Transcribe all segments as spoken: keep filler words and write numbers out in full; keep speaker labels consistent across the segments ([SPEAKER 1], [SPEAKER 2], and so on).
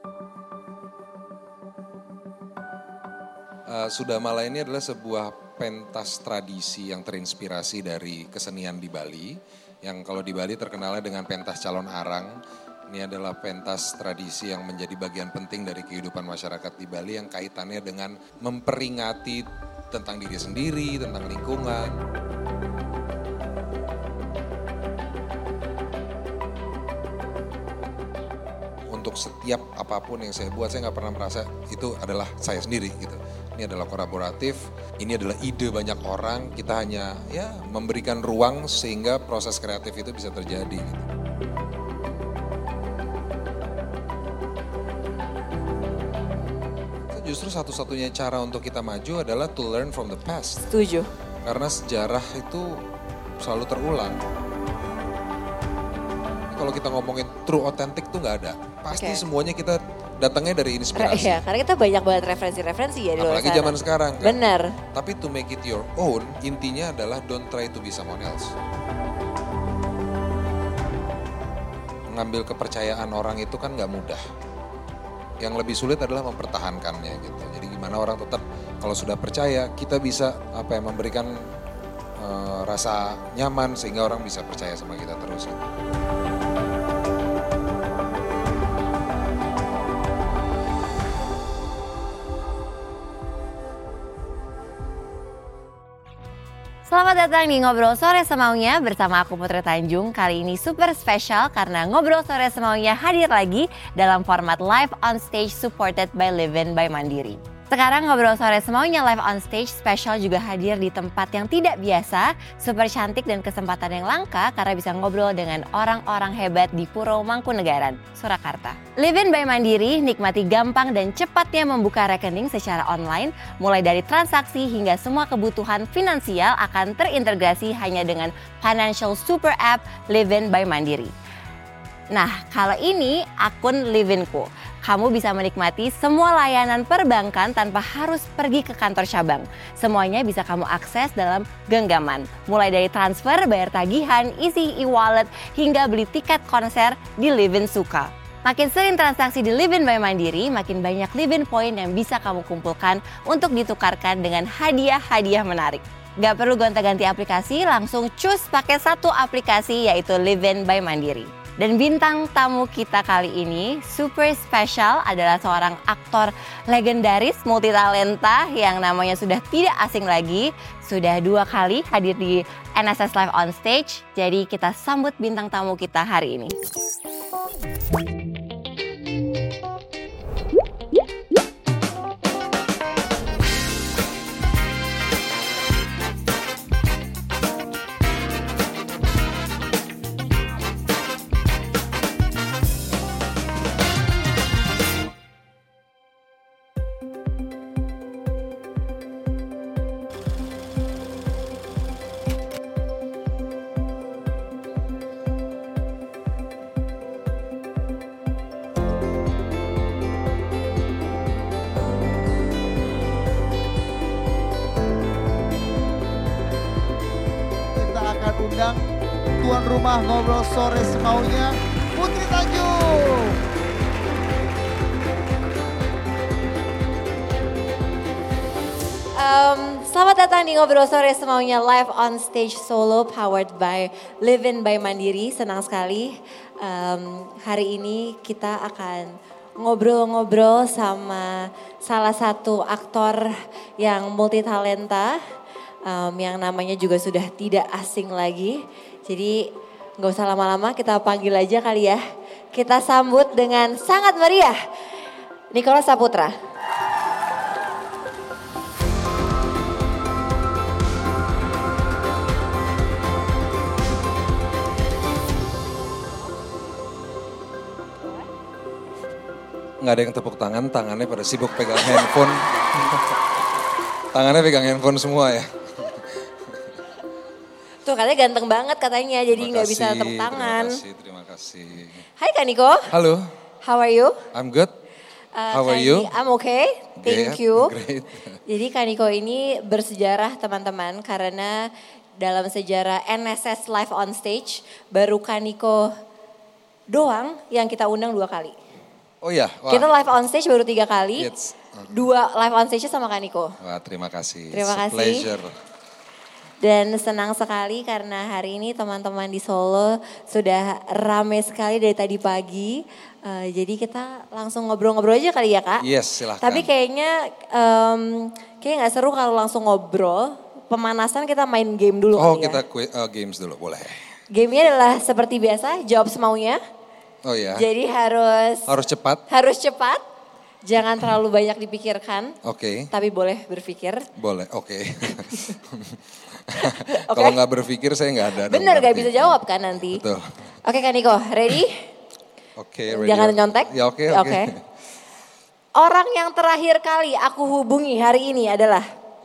[SPEAKER 1] Uh, Sudamala ini adalah sebuah pentas tradisi yang terinspirasi dari kesenian di Bali. Yang kalau di Bali terkenalnya dengan pentas calon arang. Ini adalah pentas tradisi yang menjadi bagian penting dari kehidupan masyarakat di Bali yang kaitannya dengan memperingati tentang diri sendiri, tentang lingkungan. Untuk setiap apapun yang saya buat, saya nggak pernah merasa itu adalah saya sendiri gitu. Ini adalah kolaboratif, ini adalah ide banyak orang, kita hanya ya memberikan ruang sehingga proses kreatif itu bisa terjadi gitu. Justru satu-satunya cara untuk kita maju adalah to learn from the past.
[SPEAKER 2] Setuju.
[SPEAKER 1] Karena sejarah itu selalu terulang. Kalau kita ngomongin true authentic tuh nggak ada. Pasti okay. Semuanya kita datangnya dari inspirasi.
[SPEAKER 2] Iya, karena kita banyak banget referensi-referensi ya di luar sana.
[SPEAKER 1] Apalagi zaman sekarang kan.
[SPEAKER 2] Benar.
[SPEAKER 1] Tapi to make it your own, intinya adalah don't try to be someone else. Mengambil kepercayaan orang itu kan nggak mudah. Yang lebih sulit adalah mempertahankannya gitu. Jadi gimana orang tetap kalau sudah percaya kita bisa apa ya memberikan uh, rasa nyaman sehingga orang bisa percaya sama kita terus. Gitu.
[SPEAKER 2] Selamat datang di Ngobrol Sore Semaunya bersama aku Putri Tanjung. Kali ini super spesial karena Ngobrol Sore Semaunya hadir lagi dalam format live on stage supported by Livin by Mandiri. Sekarang Ngobrol Sore Semaunya live on stage special juga hadir di tempat yang tidak biasa, super cantik dan kesempatan yang langka karena bisa ngobrol dengan orang-orang hebat di Puro Mangkunegaran, Surakarta. Livin by Mandiri nikmati gampang dan cepatnya membuka rekening secara online, mulai dari transaksi hingga semua kebutuhan finansial akan terintegrasi hanya dengan financial super app Livin by Mandiri. Nah, kalau ini akun Livinku. Kamu bisa menikmati semua layanan perbankan tanpa harus pergi ke kantor cabang. Semuanya bisa kamu akses dalam genggaman. Mulai dari transfer, bayar tagihan, isi e-wallet, hingga beli tiket konser di Livin Suka. Makin sering transaksi di Livin by Mandiri, makin banyak Livin Point yang bisa kamu kumpulkan untuk ditukarkan dengan hadiah-hadiah menarik. Gak perlu gonta-ganti aplikasi, langsung cus pakai satu aplikasi yaitu Livin by Mandiri. Dan bintang tamu kita kali ini super special adalah seorang aktor legendaris multitalenta yang namanya sudah tidak asing lagi. Sudah dua kali hadir di N S S Live on Stage. Jadi kita sambut bintang tamu kita hari ini.
[SPEAKER 3] Undang tuan rumah Ngobrol Sore Semaunya, Putri Tanjung.
[SPEAKER 2] Um, selamat datang di Ngobrol Sore Semaunya live on stage solo powered by Livin by Mandiri. Senang sekali um, hari ini kita akan ngobrol-ngobrol sama salah satu aktor yang multitalenta. Um, yang namanya juga sudah tidak asing lagi. Jadi gak usah lama-lama, kita panggil aja kali ya. Kita sambut dengan sangat meriah Nicholas Saputra.
[SPEAKER 1] Gak ada yang tepuk tangan, tangannya pada sibuk pegang handphone. Tangannya pegang handphone semua ya.
[SPEAKER 2] Tuh katanya ganteng banget katanya, jadi nggak bisa tepuk tangan.
[SPEAKER 1] Terima kasih, terima kasih.
[SPEAKER 2] Hai Kak Niko.
[SPEAKER 1] Halo.
[SPEAKER 2] How are you?
[SPEAKER 1] I'm good.
[SPEAKER 2] Uh,
[SPEAKER 1] How are you?
[SPEAKER 2] I'm okay, thank
[SPEAKER 1] yeah,
[SPEAKER 2] you.
[SPEAKER 1] Great.
[SPEAKER 2] Jadi Kak Niko ini bersejarah teman-teman karena dalam sejarah N S S Live on Stage baru Kak Niko doang yang kita undang dua kali.
[SPEAKER 1] Oh ya, wah.
[SPEAKER 2] Kita live on stage baru tiga kali.
[SPEAKER 1] Yes.
[SPEAKER 2] Dua live on stage sama Kak Niko.
[SPEAKER 1] Wah, terima kasih.
[SPEAKER 2] Terima
[SPEAKER 1] It's a
[SPEAKER 2] kasih.
[SPEAKER 1] pleasure.
[SPEAKER 2] Dan senang sekali karena hari ini teman-teman di Solo sudah rame sekali dari tadi pagi. Uh, jadi kita langsung ngobrol-ngobrol aja kali ya Kak.
[SPEAKER 1] Yes, silahkan.
[SPEAKER 2] Tapi kayaknya um, kayak gak seru kalau langsung ngobrol. Pemanasan kita main game dulu
[SPEAKER 1] Oh,
[SPEAKER 2] kali
[SPEAKER 1] kita
[SPEAKER 2] ya.
[SPEAKER 1] kue- uh, games dulu, boleh.
[SPEAKER 2] Gamenya adalah seperti biasa, jawab semaunya.
[SPEAKER 1] Oh ya.
[SPEAKER 2] Jadi harus
[SPEAKER 1] Harus cepat.
[SPEAKER 2] harus cepat. Jangan terlalu banyak dipikirkan.
[SPEAKER 1] Oke.
[SPEAKER 2] Tapi boleh berpikir.
[SPEAKER 1] Boleh, oke.
[SPEAKER 2] Oke.
[SPEAKER 1] Kalau nggak berpikir saya nggak ada. dong
[SPEAKER 2] Bener gak
[SPEAKER 1] berarti.
[SPEAKER 2] bisa jawab kan nanti.
[SPEAKER 1] Betul.
[SPEAKER 2] Oke Kak Niko, ready?
[SPEAKER 1] Oke, ready.
[SPEAKER 2] Jangan nyontek.
[SPEAKER 1] Ya oke, oke.
[SPEAKER 2] Orang yang terakhir kali aku hubungi hari ini adalah?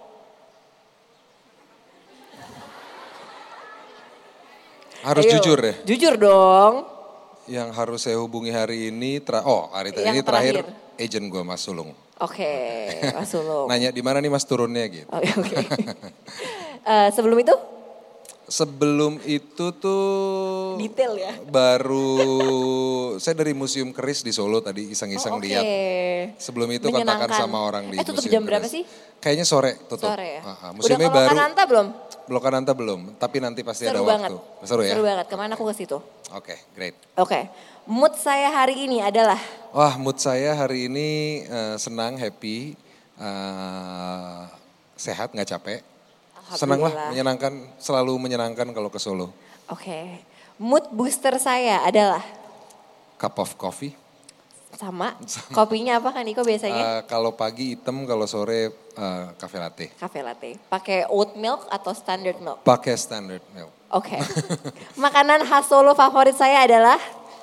[SPEAKER 1] Harus
[SPEAKER 2] Ayo,
[SPEAKER 1] jujur ya.
[SPEAKER 2] Jujur dong.
[SPEAKER 1] Yang harus saya hubungi hari ini, tra- oh hari
[SPEAKER 2] Yang
[SPEAKER 1] ini terakhir,
[SPEAKER 2] terakhir.
[SPEAKER 1] agent gue Mas Sulung.
[SPEAKER 2] Oke, Mas Sulung.
[SPEAKER 1] Nanya di mana nih Mas turunnya gitu.
[SPEAKER 2] Oke, oke. Eh, sebelum itu?
[SPEAKER 1] Sebelum itu tuh
[SPEAKER 2] Detail ya.
[SPEAKER 1] baru saya dari Museum Keris di Solo tadi iseng-iseng
[SPEAKER 2] Oh, oke.
[SPEAKER 1] lihat. Sebelum itu kontakan
[SPEAKER 2] Menyenangkan.
[SPEAKER 1] sama orang di
[SPEAKER 2] Eh, tutup
[SPEAKER 1] Museum
[SPEAKER 2] jam berapa
[SPEAKER 1] Keris.
[SPEAKER 2] sih?
[SPEAKER 1] Kayaknya sore tutup.
[SPEAKER 2] Sore ya?
[SPEAKER 1] Ah, ah.
[SPEAKER 2] Udah
[SPEAKER 1] Museumnya
[SPEAKER 2] ke
[SPEAKER 1] baru.
[SPEAKER 2] Lokananta belum?
[SPEAKER 1] Lokananta belum, tapi nanti pasti
[SPEAKER 2] Seru
[SPEAKER 1] ada
[SPEAKER 2] banget.
[SPEAKER 1] waktu. Seru ya?
[SPEAKER 2] Seru banget, kemana aku ke situ.
[SPEAKER 1] Oke, great.
[SPEAKER 2] Oke, mood saya hari ini adalah?
[SPEAKER 1] Wah, mood saya hari ini eh, senang, happy, eh, sehat, nggak capek. Senang lah,
[SPEAKER 2] Alhamdulillah.
[SPEAKER 1] menyenangkan, selalu menyenangkan kalau ke Solo.
[SPEAKER 2] Oke, mood booster saya adalah?
[SPEAKER 1] Cup of coffee.
[SPEAKER 2] Sama, kopinya apa kan Niko biasanya?
[SPEAKER 1] Eh, kalau pagi hitam, kalau sore eh, cafe latte.
[SPEAKER 2] Cafe latte. Pakai oat milk atau standard milk?
[SPEAKER 1] Pakai standard milk.
[SPEAKER 2] Oke. Makanan khas Solo favorit saya adalah?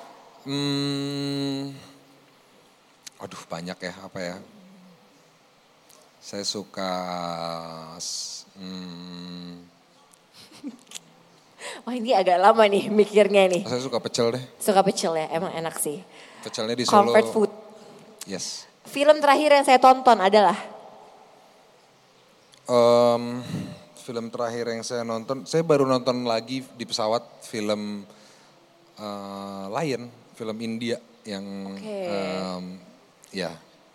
[SPEAKER 1] Hmm, aduh banyak ya, apa ya. Saya suka, hmm,
[SPEAKER 2] Wah ini agak lama nih mikirnya nih.
[SPEAKER 1] saya suka pecel deh.
[SPEAKER 2] Suka pecel ya, emang enak sih.
[SPEAKER 1] Pecelnya di Solo.
[SPEAKER 2] Comfort food.
[SPEAKER 1] Yes.
[SPEAKER 2] Film terakhir yang saya tonton adalah?
[SPEAKER 1] Em, film terakhir yang saya nonton, saya baru nonton lagi di pesawat film eh, Lion, film India yang
[SPEAKER 2] Oke.
[SPEAKER 1] em, ya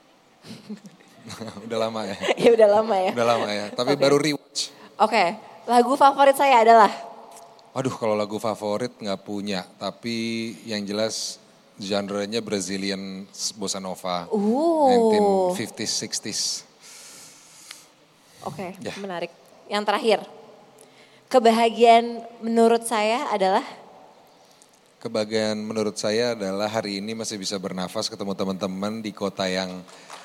[SPEAKER 1] udah lama ya,
[SPEAKER 2] Ya udah lama ya.
[SPEAKER 1] udah lama ya. Tapi
[SPEAKER 2] Oke.
[SPEAKER 1] baru rewatch.
[SPEAKER 2] Oke, lagu favorit saya adalah?
[SPEAKER 1] Waduh, kalau lagu favorit nggak punya, tapi yang jelas genre-nya Brazilian bossa nova,
[SPEAKER 2] Uh.
[SPEAKER 1] nineteen fifties, sixties.
[SPEAKER 2] Oke,
[SPEAKER 1] Ya.
[SPEAKER 2] menarik. Yang terakhir, kebahagiaan menurut saya adalah?
[SPEAKER 1] Kebahagiaan menurut saya adalah hari ini masih bisa bernafas ketemu teman-teman di kota yang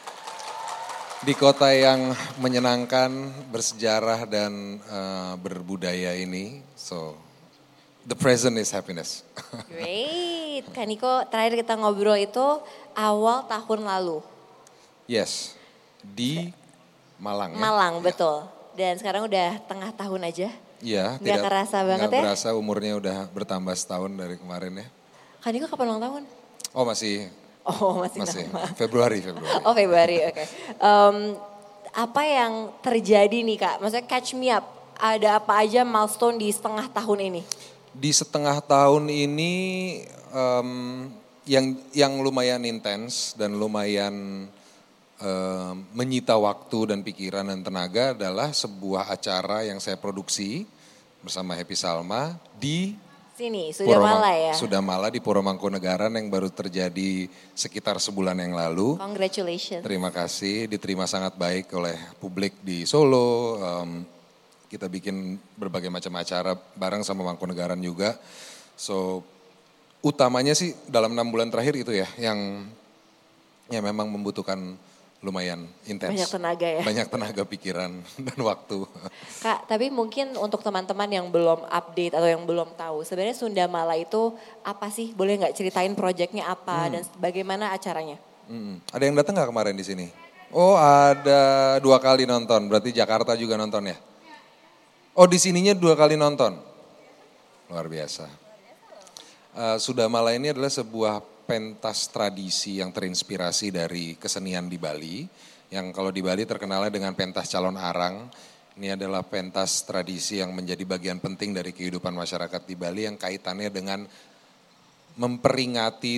[SPEAKER 1] di kota yang menyenangkan, bersejarah dan eh, berbudaya ini. So, the present is happiness.
[SPEAKER 2] Great, Kak Niko terakhir kita ngobrol itu awal tahun lalu.
[SPEAKER 1] Yes, di Malang. ya?
[SPEAKER 2] Malang,
[SPEAKER 1] Ya.
[SPEAKER 2] betul. Dan sekarang udah tengah tahun aja.
[SPEAKER 1] Iya,
[SPEAKER 2] Nggak kerasa banget
[SPEAKER 1] nggak
[SPEAKER 2] ya?
[SPEAKER 1] berasa umurnya udah bertambah setahun dari kemarin ya.
[SPEAKER 2] Kak Niko kapan ulang tahun?
[SPEAKER 1] Oh masih,
[SPEAKER 2] Oh masih,
[SPEAKER 1] masih
[SPEAKER 2] lama.
[SPEAKER 1] Februari, Februari.
[SPEAKER 2] Oh Februari, oke. Em, apa yang terjadi nih Kak? Maksudnya catch me up. Ada apa aja milestone di setengah tahun ini?
[SPEAKER 1] Di setengah tahun ini em, yang yang lumayan intens dan lumayan em, menyita waktu dan pikiran dan tenaga adalah sebuah acara yang saya produksi bersama Happy Salma di
[SPEAKER 2] Sini, sudah
[SPEAKER 1] Puromang-
[SPEAKER 2] malah ya.
[SPEAKER 1] Sudah malah di Puro Mangkunegaran yang baru terjadi sekitar sebulan yang lalu.
[SPEAKER 2] Congratulations.
[SPEAKER 1] Terima kasih, diterima sangat baik oleh publik di Solo. Em, kita bikin berbagai macam acara bareng sama Mangkunegaran juga. So, utamanya sih dalam enam bulan terakhir itu ya, yang ya memang membutuhkan lumayan intens.
[SPEAKER 2] Banyak tenaga ya.
[SPEAKER 1] Banyak tenaga pikiran dan waktu.
[SPEAKER 2] Kak, tapi mungkin untuk teman-teman yang belum update atau yang belum tahu, sebenarnya Sunda Mala itu apa sih? Boleh nggak ceritain proyeknya apa dan bagaimana acaranya?
[SPEAKER 1] Mm-mm. Ada yang datang nggak kemarin di sini? Oh, ada dua kali nonton. Berarti Jakarta juga nonton ya? Oh, di sininya dua kali nonton. Luar biasa. Eh, Sunda Mala ini adalah sebuah pentas tradisi yang terinspirasi dari kesenian di Bali. Yang kalau di Bali terkenalnya dengan pentas calon arang. Ini adalah pentas tradisi yang menjadi bagian penting dari kehidupan masyarakat di Bali yang kaitannya dengan memperingati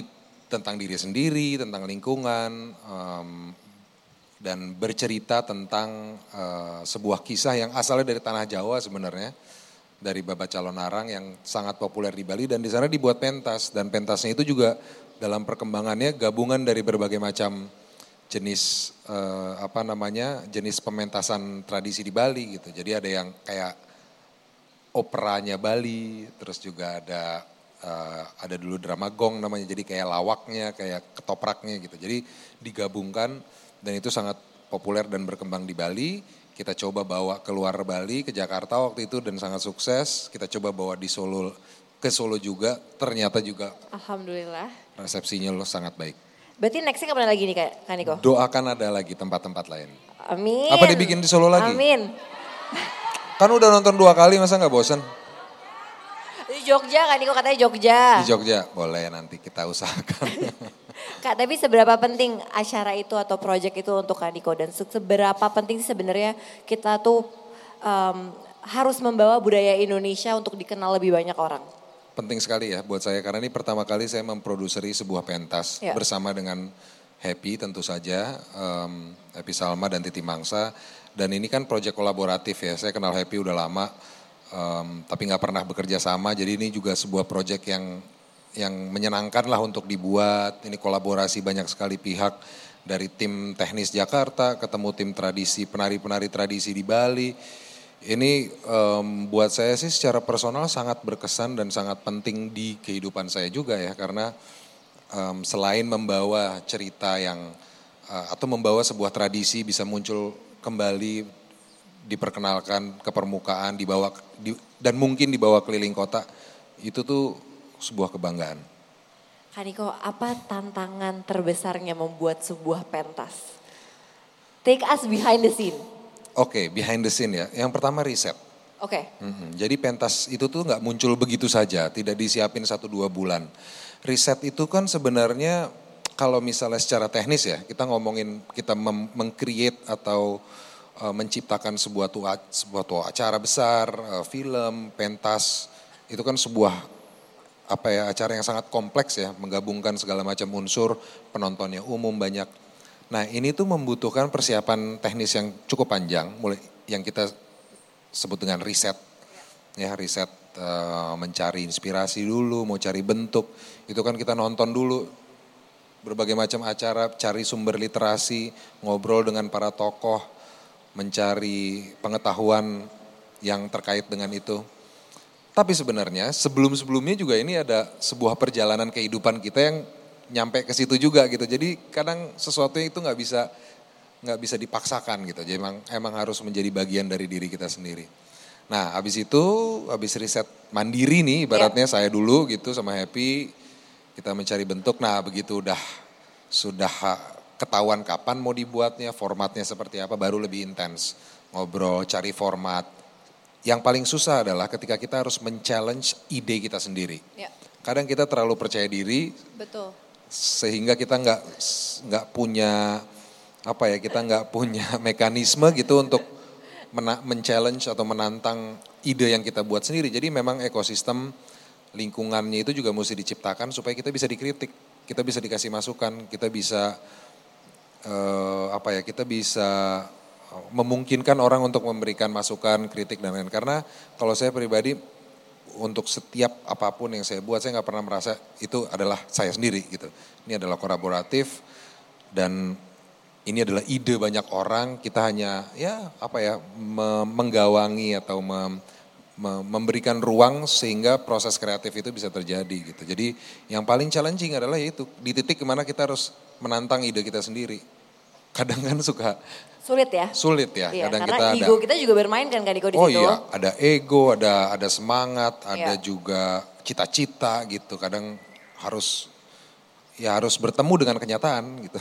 [SPEAKER 1] tentang diri sendiri, tentang lingkungan, um, dan bercerita tentang uh, sebuah kisah yang asalnya dari tanah Jawa sebenarnya, dari Babat Calon Arang yang sangat populer di Bali, dan di sana dibuat pentas, dan pentasnya itu juga dalam perkembangannya gabungan dari berbagai macam jenis uh, apa namanya jenis pementasan tradisi di Bali gitu. Jadi ada yang kayak operanya Bali, terus juga ada uh, ada dulu drama gong namanya, jadi kayak lawaknya, kayak ketopraknya gitu. Jadi digabungkan dan itu sangat populer dan berkembang di Bali. Kita coba bawa keluar Bali ke Jakarta waktu itu dan sangat sukses. Kita coba bawa di Solo ke Solo juga, ternyata juga
[SPEAKER 2] Alhamdulillah.
[SPEAKER 1] Resepsinya lo sangat baik.
[SPEAKER 2] Berarti nextnya kapan lagi nih Kak Niko?
[SPEAKER 1] Doakan ada lagi tempat-tempat lain.
[SPEAKER 2] Amin.
[SPEAKER 1] Apa dibikin di Solo lagi?
[SPEAKER 2] Amin.
[SPEAKER 1] Kan udah nonton dua kali, masa nggak bosen?
[SPEAKER 2] Di Jogja Kak Niko katanya Jogja.
[SPEAKER 1] Di Jogja, boleh nanti kita usahakan.
[SPEAKER 2] Kak, tapi seberapa penting acara itu atau project itu untuk Kak Niko? Dan seberapa penting sih sebenarnya kita tuh um, harus membawa budaya Indonesia untuk dikenal lebih banyak orang?
[SPEAKER 1] Penting sekali ya buat saya, karena ini pertama kali saya memproduseri sebuah pentas ya. Bersama dengan Happy tentu saja, um, Happy Salma dan Titi Mangsa. Dan ini kan proyek kolaboratif ya, saya kenal Happy udah lama, um, tapi gak pernah bekerja sama. Jadi ini juga sebuah proyek yang yang menyenangkan lah untuk dibuat. Ini kolaborasi banyak sekali pihak, dari tim teknis Jakarta, ketemu tim tradisi, penari-penari tradisi di Bali. Ini um, buat saya sih secara personal sangat berkesan dan sangat penting di kehidupan saya juga ya. Karena um, selain membawa cerita yang, uh, atau membawa sebuah tradisi bisa muncul kembali, diperkenalkan ke permukaan, dibawa di, dan mungkin dibawa keliling kota, itu tuh sebuah kebanggaan.
[SPEAKER 2] Kak Niko, apa tantangan terbesarnya membuat sebuah pentas? Take us behind the scene.
[SPEAKER 1] Oke, okay, behind the scene ya. Yang pertama riset.
[SPEAKER 2] Oke. Okay.
[SPEAKER 1] Mm-hmm. Jadi pentas itu tuh nggak muncul begitu saja, tidak disiapin satu dua bulan. Riset itu kan sebenarnya, kalau misalnya secara teknis ya, kita ngomongin, kita meng-create atau uh, menciptakan sebuah tua, sebuah tua acara besar, uh, film, pentas, itu kan sebuah apa ya acara yang sangat kompleks ya, menggabungkan segala macam unsur, penontonnya umum banyak. Nah ini tuh membutuhkan persiapan teknis yang cukup panjang, mulai yang kita sebut dengan riset, ya riset uh, mencari inspirasi dulu, mau cari bentuk, itu kan kita nonton dulu berbagai macam acara, cari sumber literasi, ngobrol dengan para tokoh, mencari pengetahuan yang terkait dengan itu. Tapi sebenarnya sebelum-sebelumnya juga ini ada sebuah perjalanan kehidupan kita yang nyampe ke situ juga gitu. Jadi kadang sesuatu itu nggak bisa nggak bisa dipaksakan gitu. Jadi emang emang harus menjadi bagian dari diri kita sendiri. Nah, habis itu, habis riset mandiri nih, ibaratnya yeah. saya dulu gitu sama Happy. Kita mencari bentuk, nah begitu udah sudah ketahuan kapan mau dibuatnya, formatnya seperti apa, baru lebih intens. Ngobrol, cari format. Yang paling susah adalah ketika kita harus men-challenge ide kita sendiri. Ya. Kadang kita terlalu percaya diri, betul. Sehingga kita nggak nggak punya apa ya, kita nggak punya mekanisme gitu untuk men-challenge atau menantang ide yang kita buat sendiri. Jadi memang ekosistem lingkungannya itu juga mesti diciptakan supaya kita bisa dikritik, kita bisa dikasih masukan, kita bisa uh, apa ya, kita bisa memungkinkan orang untuk memberikan masukan, kritik dan lain-lain. Karena kalau saya pribadi untuk setiap apapun yang saya buat, saya nggak pernah merasa itu adalah saya sendiri gitu. Ini adalah kolaboratif dan ini adalah ide banyak orang. Kita hanya ya apa ya menggawangi atau mem, memberikan ruang sehingga proses kreatif itu bisa terjadi gitu. Jadi yang paling challenging adalah yaitu di titik kemana kita harus menantang ide kita sendiri. Kadang kan suka
[SPEAKER 2] sulit ya.
[SPEAKER 1] Sulit ya.
[SPEAKER 2] Iya,
[SPEAKER 1] kadang
[SPEAKER 2] karena
[SPEAKER 1] kita
[SPEAKER 2] ego
[SPEAKER 1] ada,
[SPEAKER 2] kita juga bermain kan Kak Niko di
[SPEAKER 1] oh
[SPEAKER 2] situ. Oh
[SPEAKER 1] iya, ada ego, ada ada semangat, ada
[SPEAKER 2] iya.
[SPEAKER 1] juga cita-cita gitu. Kadang harus ya harus bertemu dengan kenyataan gitu.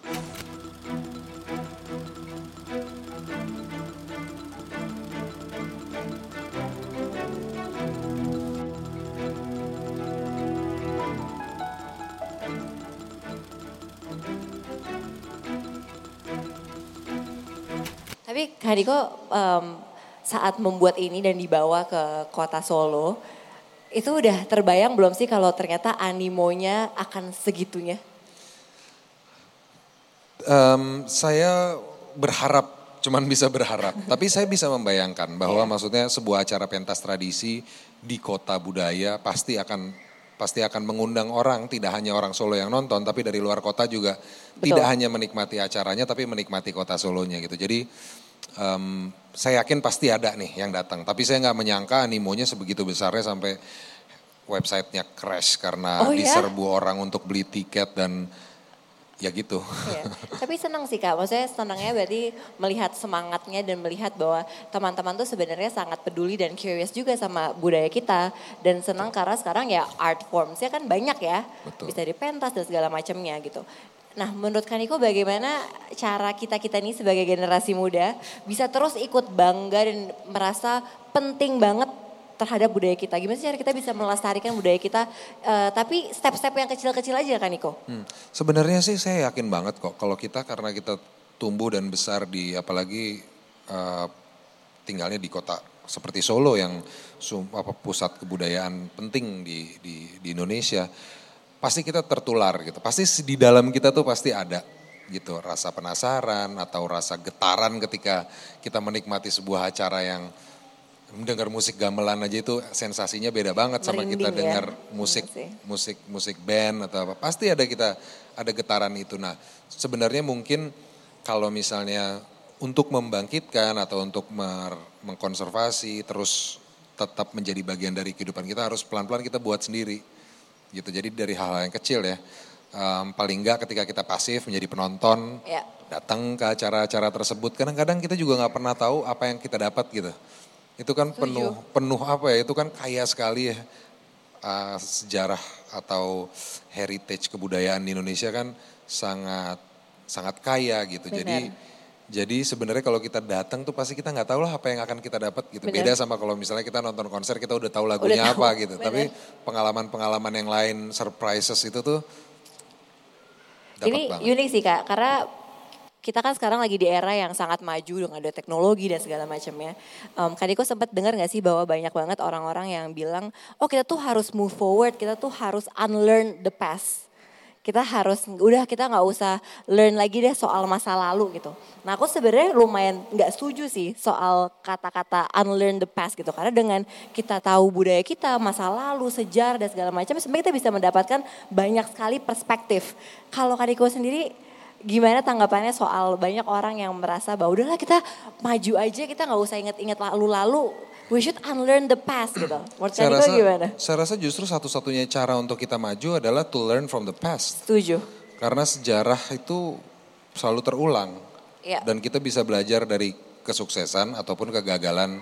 [SPEAKER 2] Tapi Kak Niko um, saat membuat ini dan dibawa ke kota Solo, Itu udah terbayang belum sih kalau ternyata animonya akan segitunya?
[SPEAKER 1] Um, saya berharap, cuman bisa berharap. Tapi saya bisa membayangkan bahwa yeah. maksudnya sebuah acara pentas tradisi di kota budaya pasti akan pasti akan mengundang orang, tidak hanya orang Solo yang nonton, tapi dari luar kota juga. Betul. Tidak hanya menikmati acaranya, tapi menikmati kota Solonya gitu. Jadi um, saya yakin pasti ada nih yang datang. Tapi saya nggak menyangka animonya sebegitu besarnya sampai websitenya crash karena oh, diserbu ya? orang untuk beli tiket dan ya gitu.
[SPEAKER 2] Ya. Tapi senang sih Kak, maksudnya senangnya berarti melihat semangatnya dan melihat bahwa teman-teman tuh sebenarnya sangat peduli dan curious juga sama budaya kita. Dan senang Betul. karena sekarang ya art formsnya kan banyak ya, Betul. bisa dipentas dan segala macamnya gitu. Nah menurut Kaniko bagaimana cara kita-kita nih sebagai generasi muda bisa terus ikut bangga dan merasa penting banget terhadap budaya kita. Gimana sih cara kita bisa melestarikan budaya kita, uh, tapi step-step yang kecil-kecil aja kan Niko? Hmm.
[SPEAKER 1] Sebenarnya sih saya yakin banget kok kalau kita karena kita tumbuh dan besar di apalagi uh, tinggalnya di kota seperti Solo yang sum, apa, pusat kebudayaan penting di, di, di Indonesia. Pasti kita tertular gitu, pasti di dalam kita tuh pasti ada gitu rasa penasaran atau rasa getaran ketika kita menikmati sebuah acara yang mendengar musik gamelan aja itu sensasinya beda banget sama
[SPEAKER 2] Merinding
[SPEAKER 1] kita
[SPEAKER 2] ya.
[SPEAKER 1] dengar musik musik musik band atau apa. Pasti ada kita ada getaran itu. Nah, sebenarnya mungkin kalau misalnya untuk membangkitkan atau untuk mer- mengkonservasi terus tetap menjadi bagian dari kehidupan kita harus pelan-pelan kita buat sendiri. Gitu, jadi dari hal-hal yang kecil ya, um, paling enggak ketika kita pasif menjadi penonton, ya. datang ke acara-acara tersebut, kadang-kadang kita juga nggak pernah tahu apa yang kita dapat gitu. Itu kan Setuju. penuh penuh apa ya, itu kan kaya sekali ya uh, sejarah atau heritage kebudayaan di Indonesia kan sangat sangat kaya gitu. Benar. Jadi Jadi sebenarnya kalau kita datang tuh pasti kita nggak tahu lah apa yang akan kita dapat gitu. Bener. Beda sama kalau misalnya kita nonton konser kita udah tahu lagunya udah apa tahu. gitu. Bener. Tapi pengalaman-pengalaman yang lain, surprises itu tuh dapat
[SPEAKER 2] Ini
[SPEAKER 1] banget.
[SPEAKER 2] unik sih Kak, karena kita kan sekarang lagi di era yang sangat maju dengan ada teknologi dan segala macamnya. Um, Kaniko sempat dengar nggak sih bahwa banyak banget orang-orang yang bilang, oh kita tuh harus move forward, kita tuh harus unlearn the past. Kita harus, udah kita gak usah learn lagi deh soal masa lalu gitu. Nah aku sebenarnya lumayan gak setuju sih soal kata-kata unlearn the past gitu. Karena dengan kita tahu budaya kita, masa lalu, sejarah dan segala macam, sebenarnya kita bisa mendapatkan banyak sekali perspektif. Kalau Kaniko sendiri gimana tanggapannya soal banyak orang yang merasa bahwa udahlah kita maju aja, kita gak usah inget-inget lalu-lalu. We should unlearn the past gitu. Menurut
[SPEAKER 1] saya
[SPEAKER 2] Kaniko
[SPEAKER 1] rasa,
[SPEAKER 2] gimana?
[SPEAKER 1] Saya rasa justru satu-satunya cara untuk kita maju adalah to learn from the past.
[SPEAKER 2] Setuju.
[SPEAKER 1] Karena sejarah itu selalu terulang.
[SPEAKER 2] Ya.
[SPEAKER 1] Dan kita bisa belajar dari kesuksesan ataupun kegagalan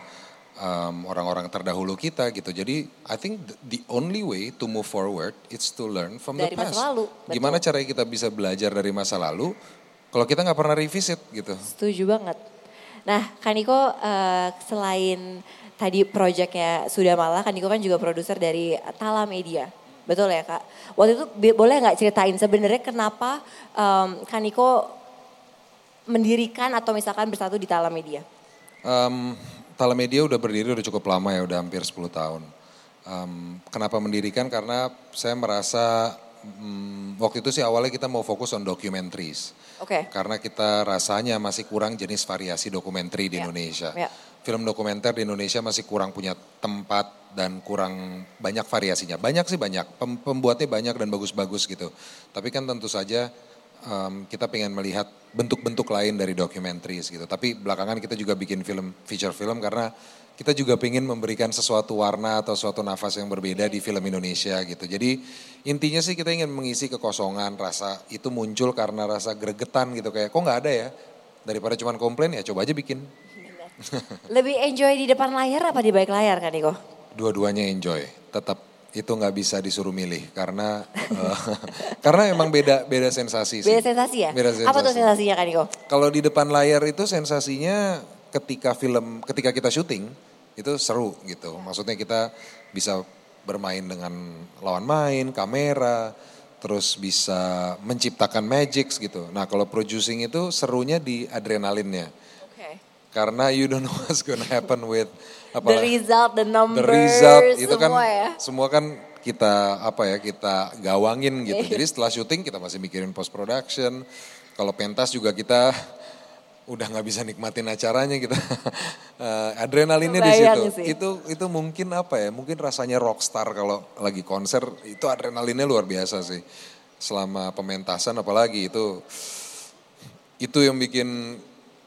[SPEAKER 1] um, orang-orang terdahulu kita gitu. Jadi I think the only way to move forward is to learn from
[SPEAKER 2] dari
[SPEAKER 1] the past.
[SPEAKER 2] Masa lalu.
[SPEAKER 1] Gimana caranya kita bisa belajar dari masa lalu kalau kita nggak pernah revisit gitu.
[SPEAKER 2] Setuju banget. Nah Kaniko uh, selain tadi proyeknya Sudah Malah, Kaniko kan juga produser dari Tala Media. Betul ya Kak? Waktu itu boleh gak ceritain sebenarnya kenapa um, Kaniko mendirikan atau misalkan bersatu di Tala Media?
[SPEAKER 1] Um, Tala Media udah berdiri udah cukup lama ya, udah hampir sepuluh tahun. Um, kenapa mendirikan? Karena saya merasa um, waktu itu sih awalnya kita mau fokus on documentaries. Oke. Okay. Karena kita rasanya masih kurang jenis variasi dokumenter di yeah. Indonesia. Yeah. Film dokumenter di Indonesia masih kurang punya tempat dan kurang banyak variasinya. Banyak sih banyak, pembuatnya banyak dan bagus-bagus gitu. Tapi kan tentu saja um, kita pengen melihat bentuk-bentuk lain dari documentaries gitu. Tapi belakangan kita juga bikin film, feature film karena kita juga pengen memberikan sesuatu warna atau suatu nafas yang berbeda di film Indonesia gitu. Jadi intinya sih kita ingin mengisi kekosongan, rasa itu muncul karena rasa gregetan gitu. Kayak kok gak ada ya, daripada cuma komplain ya coba aja bikin.
[SPEAKER 2] Lebih enjoy di depan layar apa di balik layar kan Niko?
[SPEAKER 1] Dua-duanya enjoy, tetap itu nggak bisa disuruh milih karena uh, karena emang beda beda sensasi sih.
[SPEAKER 2] Beda sensasi ya?
[SPEAKER 1] Beda sensasi.
[SPEAKER 2] Apa tuh sensasinya kan Niko?
[SPEAKER 1] Kalau di depan layar itu sensasinya ketika film, ketika kita syuting itu seru gitu. Maksudnya kita bisa bermain dengan lawan main, kamera, terus bisa menciptakan magic gitu. Nah kalau producing itu serunya di adrenalinnya. Karena you don't know what's gonna happen with
[SPEAKER 2] the result, the numbers,
[SPEAKER 1] the result itu kan
[SPEAKER 2] semua ya.
[SPEAKER 1] Semua kan kita apa ya kita gawangin gitu. Jadi setelah syuting kita masih mikirin post production. Kalau pentas juga kita udah nggak bisa nikmatin acaranya kita. uh, adrenalinnya di situ.
[SPEAKER 2] Sih.
[SPEAKER 1] Itu itu mungkin apa ya? Mungkin rasanya rockstar kalau lagi konser itu adrenalinnya luar biasa sih. Selama pementasan apalagi itu itu yang bikin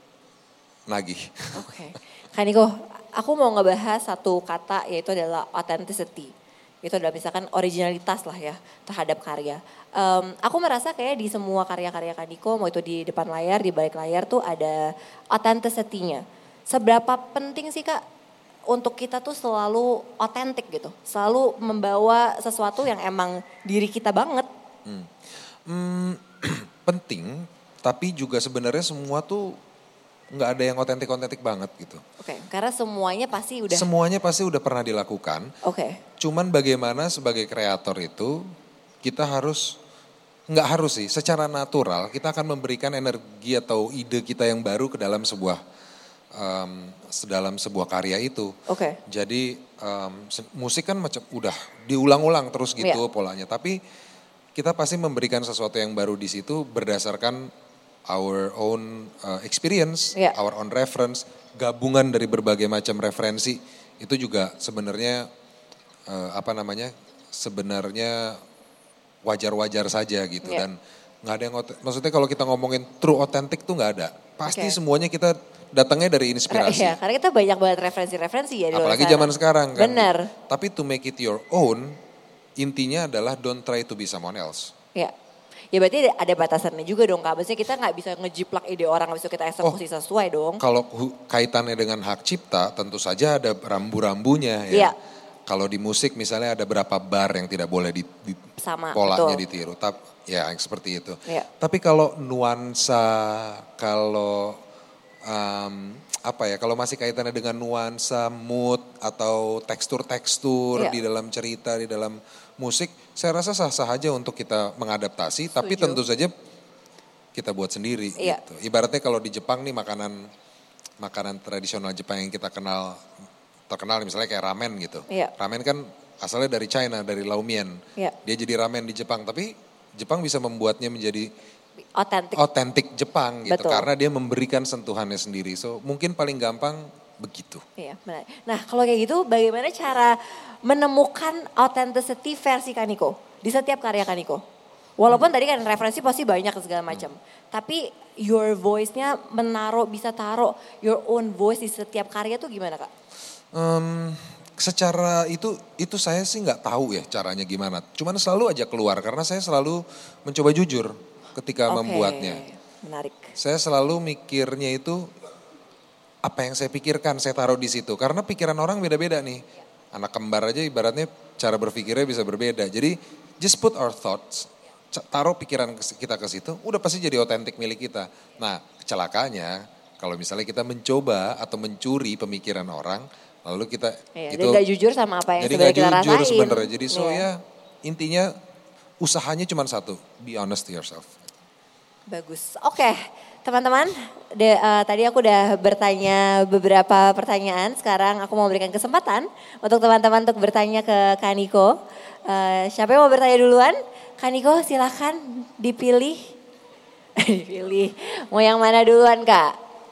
[SPEAKER 1] nagih.
[SPEAKER 2] Oke. Okay. Kaniko, aku mau ngebahas satu kata yaitu adalah authenticity. Itu adalah misalkan originalitas lah ya terhadap karya. Um, aku merasa kayak di semua karya-karya Kaniko, mau itu di depan layar, di balik layar tuh ada authenticity-nya. Seberapa penting sih Kak untuk kita tuh selalu otentik gitu. Selalu membawa sesuatu yang emang diri kita banget.
[SPEAKER 1] Hmm. Hmm, penting, tapi juga sebenarnya semua tuh nggak ada yang otentik-otentik banget gitu.
[SPEAKER 2] Oke, okay, karena semuanya pasti udah.
[SPEAKER 1] Semuanya pasti udah pernah dilakukan.
[SPEAKER 2] Oke. Okay.
[SPEAKER 1] Cuman bagaimana sebagai kreator itu kita harus, nggak harus sih, secara natural kita akan memberikan energi atau ide kita yang baru ke dalam sebuah, um, dalam sebuah karya itu.
[SPEAKER 2] Oke. Okay.
[SPEAKER 1] Jadi um, musik kan macam udah diulang-ulang terus gitu yeah. polanya, tapi kita pasti memberikan sesuatu yang baru di situ berdasarkan our own uh, experience, yeah. our own reference, gabungan dari berbagai macam referensi itu juga sebenarnya uh, apa namanya sebenarnya wajar-wajar saja gitu yeah. dan nggak ada yang maksudnya kalau kita ngomongin true authentic tuh nggak ada, pasti okay. semuanya kita datangnya dari inspirasi.
[SPEAKER 2] Iya, karena kita banyak banget referensi-referensi ya. Di
[SPEAKER 1] apalagi zaman sekarang kan.
[SPEAKER 2] Benar.
[SPEAKER 1] Tapi to make it your own, intinya adalah don't try to be someone else.
[SPEAKER 2] Ya. Ya berarti ada batasannya juga dong Kak. Maksudnya kita gak bisa ngejiplak ide orang, habis itu kita eksekusi oh, sesuai dong.
[SPEAKER 1] Kalau kaitannya dengan hak cipta tentu saja ada rambu-rambunya ya.
[SPEAKER 2] Iya.
[SPEAKER 1] Kalau di musik misalnya ada berapa bar yang tidak boleh di, di
[SPEAKER 2] sama,
[SPEAKER 1] polanya
[SPEAKER 2] betul.
[SPEAKER 1] ditiru. Tapi ya seperti itu.
[SPEAKER 2] Iya.
[SPEAKER 1] Tapi kalau nuansa, kalau um, apa ya, kalau masih kaitannya dengan nuansa, mood atau tekstur-tekstur iya. di dalam cerita, di dalam musik, saya rasa sah-sah aja untuk kita mengadaptasi, Setuju. Tapi tentu saja kita buat sendiri.
[SPEAKER 2] Iya.
[SPEAKER 1] Gitu. Ibaratnya kalau di Jepang nih makanan makanan tradisional Jepang yang kita kenal terkenal misalnya kayak ramen gitu.
[SPEAKER 2] Iya.
[SPEAKER 1] Ramen kan asalnya dari China, dari Laomian.
[SPEAKER 2] Iya.
[SPEAKER 1] Dia jadi ramen di Jepang, tapi Jepang bisa membuatnya menjadi
[SPEAKER 2] otentik,
[SPEAKER 1] otentik Jepang gitu.
[SPEAKER 2] Betul.
[SPEAKER 1] Karena dia memberikan sentuhannya sendiri. So mungkin paling gampang begitu.
[SPEAKER 2] Iya, benar. Nah kalau kayak gitu bagaimana cara menemukan authenticity versi Kaniko di setiap karya Kaniko? Walaupun hmm. tadi kan referensi pasti banyak segala macam. Hmm. Tapi your voice-nya menaruh, bisa taruh your own voice di setiap karya tuh gimana Kak?
[SPEAKER 1] Um, secara itu itu saya sih nggak tahu ya caranya gimana. Cuman selalu aja keluar karena saya selalu mencoba jujur ketika okay. membuatnya.
[SPEAKER 2] Menarik.
[SPEAKER 1] Saya selalu mikirnya itu apa yang saya pikirkan saya taruh di situ. Karena pikiran orang beda-beda nih. Anak kembar aja ibaratnya cara berpikirnya bisa berbeda. Jadi just put our thoughts, taruh pikiran kita ke situ, udah pasti jadi otentik milik kita. Nah kecelakaannya kalau misalnya kita mencoba atau mencuri pemikiran orang, lalu kita
[SPEAKER 2] iya,
[SPEAKER 1] itu
[SPEAKER 2] gak jujur sama apa yang sebenarnya kita rasain. Jadi gak jujur
[SPEAKER 1] sebenarnya. Jadi so
[SPEAKER 2] iya.
[SPEAKER 1] ya intinya usahanya cuma satu, be honest to yourself.
[SPEAKER 2] Bagus, oke. Okay. Teman-teman, de, uh, tadi aku udah bertanya beberapa pertanyaan. Sekarang aku mau berikan kesempatan untuk teman-teman untuk bertanya ke Kaniko. Uh, siapa yang mau bertanya duluan? Kaniko silahkan dipilih. Dipilih. Mau yang mana duluan Kak?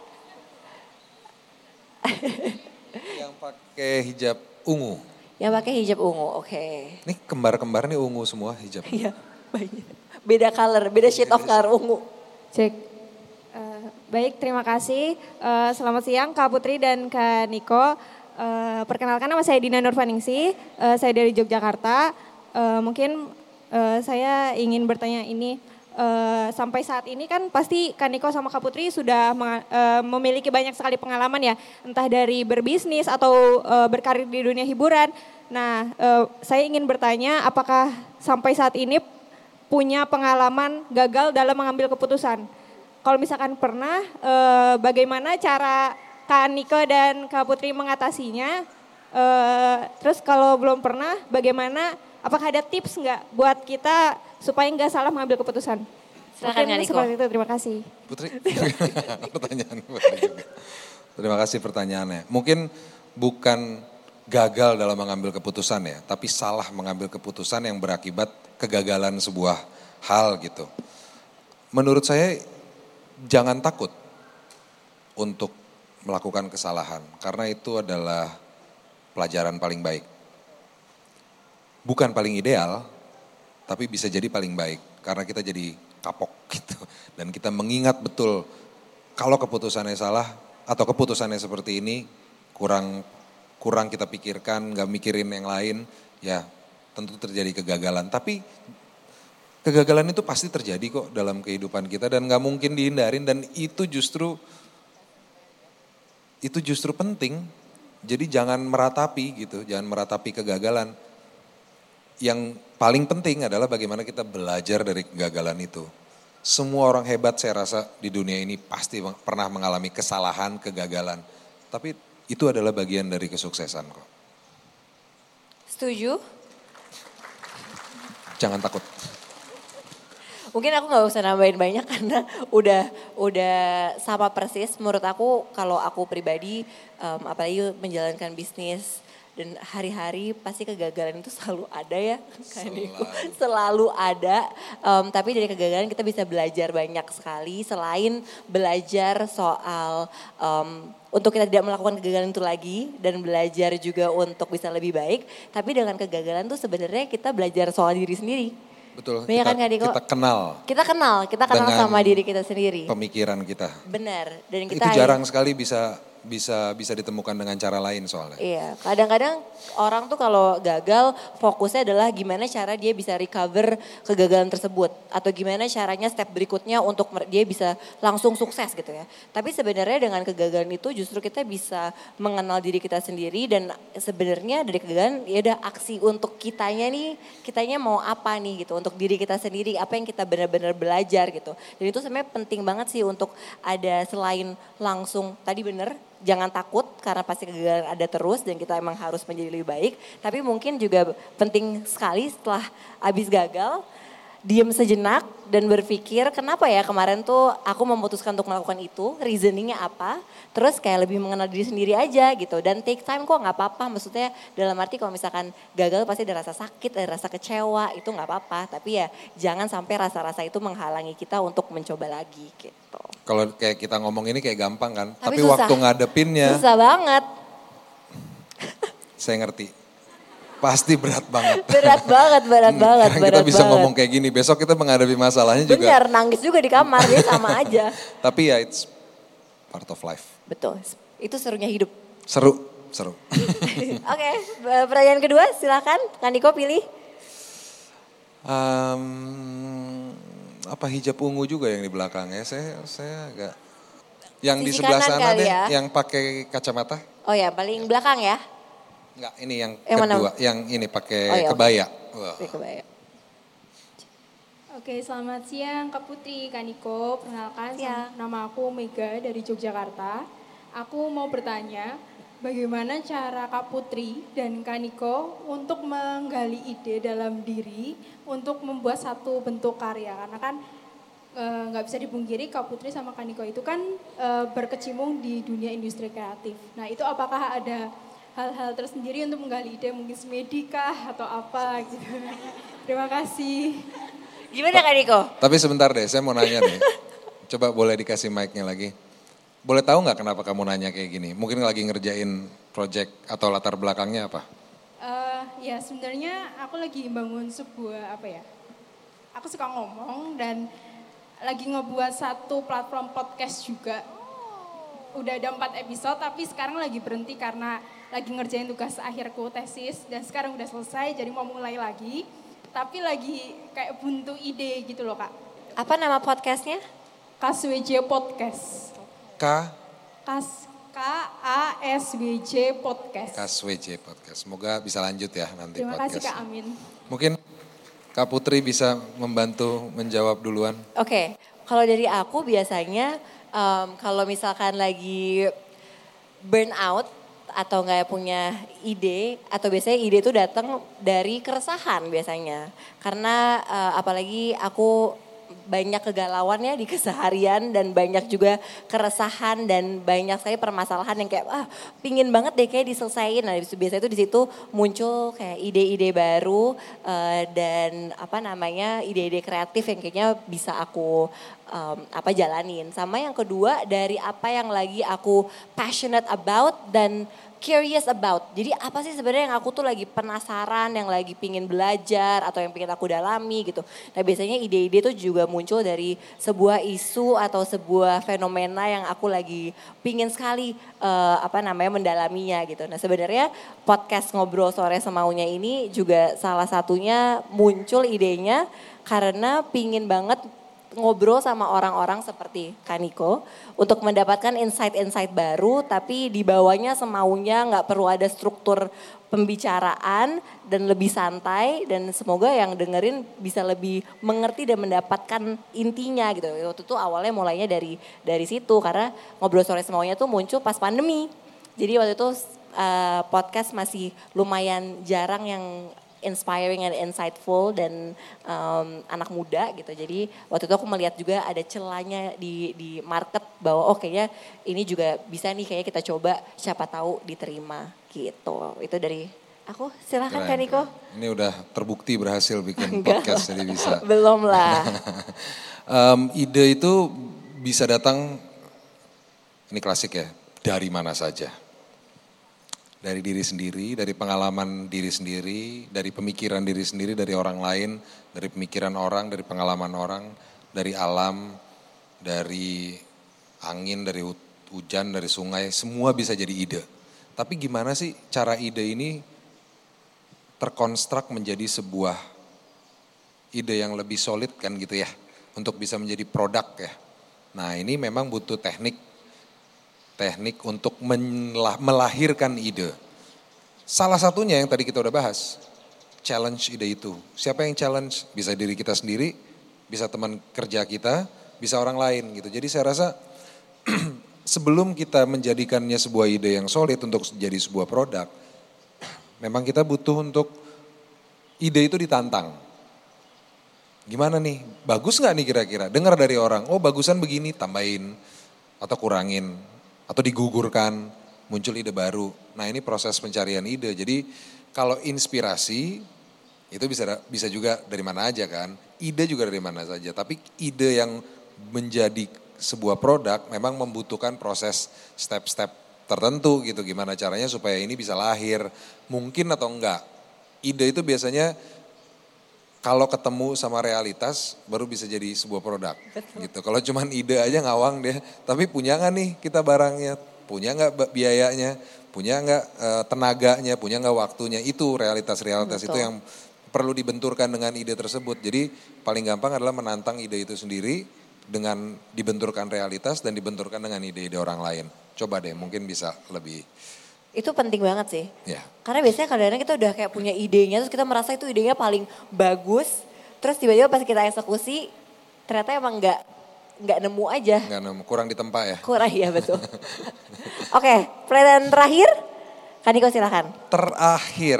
[SPEAKER 1] Yang pakai hijab ungu.
[SPEAKER 2] Yang pakai hijab ungu, oke. Okay.
[SPEAKER 1] Ini kembar-kembar nih ungu semua hijab.
[SPEAKER 2] Iya, banyak. Beda color, beda shade of color ungu.
[SPEAKER 4] Cek. Baik, terima kasih. Uh, selamat siang Kak Putri dan Kak Niko. Uh, perkenalkan nama saya Dina Nurfaningsih, uh, saya dari Yogyakarta. Uh, mungkin uh, saya ingin bertanya ini, uh, sampai saat ini kan pasti Kak Niko sama Kak Putri sudah uh, memiliki banyak sekali pengalaman ya, entah dari berbisnis atau uh, berkarir di dunia hiburan. Nah, uh, saya ingin bertanya apakah sampai saat ini punya pengalaman gagal dalam mengambil keputusan? Kalau misalkan pernah, eh, bagaimana cara Kak Niko dan Kak Putri mengatasinya? Eh, terus kalau belum pernah, bagaimana? Apakah ada tips nggak buat kita supaya nggak salah mengambil keputusan?
[SPEAKER 2] Silakan Kak Niko.
[SPEAKER 4] Seperti itu, terima kasih.
[SPEAKER 1] Putri, pertanyaan juga. Terima kasih pertanyaannya. Mungkin bukan gagal dalam mengambil keputusan ya, tapi salah mengambil keputusan yang berakibat kegagalan sebuah hal gitu. Menurut saya jangan takut untuk melakukan kesalahan, karena itu adalah pelajaran paling baik. Bukan paling ideal, tapi bisa jadi paling baik, karena kita jadi kapok gitu. Dan kita mengingat betul kalau keputusannya salah atau keputusannya seperti ini kurang kurang kita pikirkan, gak mikirin yang lain, ya tentu terjadi kegagalan. Tapi kegagalan itu pasti terjadi kok dalam kehidupan kita dan gak mungkin dihindarin, dan itu justru itu justru penting. Jadi jangan meratapi gitu, jangan meratapi kegagalan. Yang paling penting adalah bagaimana kita belajar dari kegagalan itu. Semua orang hebat saya rasa di dunia ini pasti pernah mengalami kesalahan, kegagalan. Tapi itu adalah bagian dari kesuksesan kok.
[SPEAKER 2] Setuju?
[SPEAKER 1] Jangan takut.
[SPEAKER 2] Mungkin aku nggak usah nambahin banyak karena udah udah sama persis. Menurut aku kalau aku pribadi, um, apalagi menjalankan bisnis dan hari-hari pasti kegagalan itu selalu ada ya, selalu, selalu ada. Um, tapi dari kegagalan kita bisa belajar banyak sekali. Selain belajar soal um, untuk kita tidak melakukan kegagalan itu lagi dan belajar juga untuk bisa lebih baik. Tapi dengan kegagalan tuh sebenarnya kita belajar soal diri sendiri.
[SPEAKER 1] Betul,
[SPEAKER 2] kita,
[SPEAKER 1] kita, kita kenal.
[SPEAKER 2] Kita kenal, kita kenal sama diri kita sendiri.
[SPEAKER 1] Pemikiran kita.
[SPEAKER 2] Benar. Dan kita
[SPEAKER 1] itu jarang sekali bisa bisa bisa ditemukan dengan cara lain soalnya.
[SPEAKER 2] Iya, kadang-kadang orang tuh kalau gagal fokusnya adalah gimana cara dia bisa recover kegagalan tersebut. Atau gimana caranya step berikutnya untuk dia bisa langsung sukses gitu ya. Tapi sebenarnya dengan kegagalan itu justru kita bisa mengenal diri kita sendiri. Dan sebenarnya dari kegagalan ya udah aksi untuk kitanya nih, kitanya mau apa nih gitu. Untuk diri kita sendiri, apa yang kita benar-benar belajar gitu. Dan itu sebenarnya penting banget sih untuk ada selain langsung, tadi bener, jangan takut karena pasti kegagalan ada terus dan kita emang harus menjadi lebih baik. Tapi mungkin juga penting sekali setelah habis gagal, diam sejenak dan berpikir kenapa ya kemarin tuh aku memutuskan untuk melakukan itu, reasoningnya apa. Terus kayak lebih mengenal diri sendiri aja gitu. Dan take time kok gak apa-apa, maksudnya dalam arti kalau misalkan gagal pasti ada rasa sakit, ada rasa kecewa, itu gak apa-apa. Tapi ya jangan sampai rasa-rasa itu menghalangi kita untuk mencoba lagi gitu.
[SPEAKER 1] Kalau kayak kita ngomong ini kayak gampang kan, tapi,
[SPEAKER 2] tapi susah.
[SPEAKER 1] Waktu ngadepinnya.
[SPEAKER 2] Susah banget.
[SPEAKER 1] Saya ngerti. Pasti berat banget.
[SPEAKER 2] Berat banget, berat banget,
[SPEAKER 1] kita
[SPEAKER 2] berat
[SPEAKER 1] bisa
[SPEAKER 2] banget.
[SPEAKER 1] ngomong kayak gini, besok kita menghadapi masalahnya juga.
[SPEAKER 2] Bener, nangis juga di kamar, dia sama aja.
[SPEAKER 1] Tapi ya it's part of life.
[SPEAKER 2] Betul, itu serunya hidup.
[SPEAKER 1] Seru, seru.
[SPEAKER 2] Oke, okay, pertanyaan kedua silakan, Kak Niko pilih.
[SPEAKER 1] Um, apa hijab ungu juga yang di belakangnya, saya saya agak. Yang
[SPEAKER 2] Sisi
[SPEAKER 1] di sebelah sana deh,
[SPEAKER 2] ya?
[SPEAKER 1] yang pakai kacamata.
[SPEAKER 2] Oh ya, paling belakang ya.
[SPEAKER 1] Enggak, ini yang,
[SPEAKER 2] yang
[SPEAKER 1] kedua,
[SPEAKER 2] mana?
[SPEAKER 1] yang ini pakai
[SPEAKER 2] oh, ya,
[SPEAKER 1] kebaya.
[SPEAKER 2] Okay. Wow. Kebaya.
[SPEAKER 4] Oke, selamat siang Kak Putri, Kak Niko. Perkenalkan,
[SPEAKER 2] ya.
[SPEAKER 4] nama aku Mega dari Yogyakarta. Aku mau bertanya, bagaimana cara Kak Putri dan Kak Niko untuk menggali ide dalam diri untuk membuat satu bentuk karya? Karena kan nggak e, bisa dipungkiri Kak Putri sama Kak Niko itu kan e, berkecimpung di dunia industri kreatif. Nah itu apakah ada hal-hal tersendiri untuk menggali ide, mungkin semedi kah atau apa gitu. Terima kasih.
[SPEAKER 2] Gimana Kak Niko?
[SPEAKER 1] Tapi sebentar deh, saya mau nanya deh. Coba boleh dikasih mic-nya lagi. Boleh tahu nggak kenapa kamu nanya kayak gini? Mungkin lagi ngerjain project atau latar belakangnya apa?
[SPEAKER 4] Uh, ya sebenarnya aku lagi bangun sebuah apa ya? Aku suka ngomong dan lagi ngebuat satu platform podcast juga. Udah ada empat episode tapi sekarang lagi berhenti karena lagi ngerjain tugas akhirku tesis dan sekarang udah selesai jadi mau mulai lagi. Tapi lagi kayak buntu ide gitu loh Kak.
[SPEAKER 2] Apa nama podcastnya?
[SPEAKER 4] K S W J Podcast.
[SPEAKER 1] K?
[SPEAKER 4] K A S W J Podcast.
[SPEAKER 1] K S W J Podcast. Semoga bisa lanjut ya nanti
[SPEAKER 4] Terima
[SPEAKER 1] podcast.
[SPEAKER 4] kasih Kak Amin.
[SPEAKER 1] Mungkin Kak Putri bisa membantu menjawab duluan.
[SPEAKER 2] Oke, okay. Kalau dari aku biasanya um, kalau misalkan lagi burn out atau nggak punya ide, atau biasanya ide itu datang dari keresahan biasanya. Karena uh, apalagi aku banyak kegalauannya di keseharian dan banyak juga keresahan dan banyak sekali permasalahan yang kayak ah pingin banget deh kayak diselesaikan. Nah biasanya itu di situ muncul kayak ide-ide baru uh, dan apa namanya ide-ide kreatif yang kayaknya bisa aku um, apa jalanin. Sama yang kedua dari apa yang lagi aku passionate about dan curious about. Jadi apa sih sebenarnya yang aku tuh lagi penasaran, yang lagi pingin belajar atau yang pingin aku dalami gitu. Nah biasanya ide-ide tuh juga muncul dari sebuah isu atau sebuah fenomena yang aku lagi pingin sekali uh, apa namanya mendalaminya gitu. Nah sebenarnya podcast Ngobrol Sore Semaunya ini juga salah satunya muncul idenya karena pingin banget ngobrol sama orang-orang seperti Kaniko untuk mendapatkan insight-insight baru tapi di bawahnya semaunya nggak perlu ada struktur pembicaraan dan lebih santai dan semoga yang dengerin bisa lebih mengerti dan mendapatkan intinya gitu. Waktu itu awalnya mulainya dari dari situ karena Ngobrol Sore Semaunya tuh muncul pas pandemi. Jadi waktu itu uh, podcast masih lumayan jarang yang inspiring and insightful dan um, anak muda gitu. Jadi waktu itu aku melihat juga ada celahnya di di market bahwa oh kayaknya ini juga bisa nih kayaknya kita coba siapa tahu diterima gitu. Itu dari aku. Silakan Kak Niko.
[SPEAKER 1] Ini udah terbukti berhasil bikin podcast jadi bisa.
[SPEAKER 2] Belum lah.
[SPEAKER 1] um, ide itu bisa datang, ini klasik ya, dari mana saja. Dari diri sendiri, dari pengalaman diri sendiri, dari pemikiran diri sendiri, dari orang lain, dari pemikiran orang, dari pengalaman orang, dari alam, dari angin, dari hujan, dari sungai, semua bisa jadi ide. Tapi gimana sih cara ide ini terkonstruk menjadi sebuah ide yang lebih solid kan gitu ya, untuk bisa menjadi produk ya. Nah ini memang butuh teknik, teknik untuk melahirkan ide. Salah satunya yang tadi kita udah bahas, challenge ide itu. Siapa yang challenge? Bisa diri kita sendiri, bisa teman kerja kita, bisa orang lain gitu. Jadi saya rasa sebelum kita menjadikannya sebuah ide yang solid untuk jadi sebuah produk, memang kita butuh untuk ide itu ditantang. Gimana nih, bagus gak nih kira-kira? Dengar dari orang, oh bagusan begini, tambahin atau kurangin. Atau digugurkan, muncul ide baru. Nah ini proses pencarian ide. Jadi kalau inspirasi itu bisa bisa juga dari mana aja kan. Ide juga dari mana saja. Tapi ide yang menjadi sebuah produk memang membutuhkan proses step-step tertentu gitu. Gimana caranya supaya ini bisa lahir. Mungkin atau enggak. Ide itu biasanya kalau ketemu sama realitas baru bisa jadi sebuah produk. Betul. Gitu. Kalau cuman ide aja ngawang deh. Tapi punya nggak nih kita barangnya? Punya nggak biayanya? Punya nggak uh, tenaganya? Punya nggak waktunya? Itu realitas-realitas itu yang perlu dibenturkan dengan ide tersebut. Jadi paling gampang adalah menantang ide itu sendiri dengan dibenturkan realitas dan dibenturkan dengan ide-ide orang lain. Coba deh, mungkin bisa lebih.
[SPEAKER 2] Itu penting banget sih.
[SPEAKER 1] Ya.
[SPEAKER 2] Karena biasanya kadang-kadang kita udah kayak punya idenya, terus kita merasa itu idenya paling bagus. Terus tiba-tiba pas kita eksekusi, ternyata emang gak, gak nemu aja.
[SPEAKER 1] Gak nemu, kurang ditempa ya.
[SPEAKER 2] Kurang, ya betul. Oke, okay, pertanyaan terakhir. Kaniko silakan.
[SPEAKER 1] Terakhir.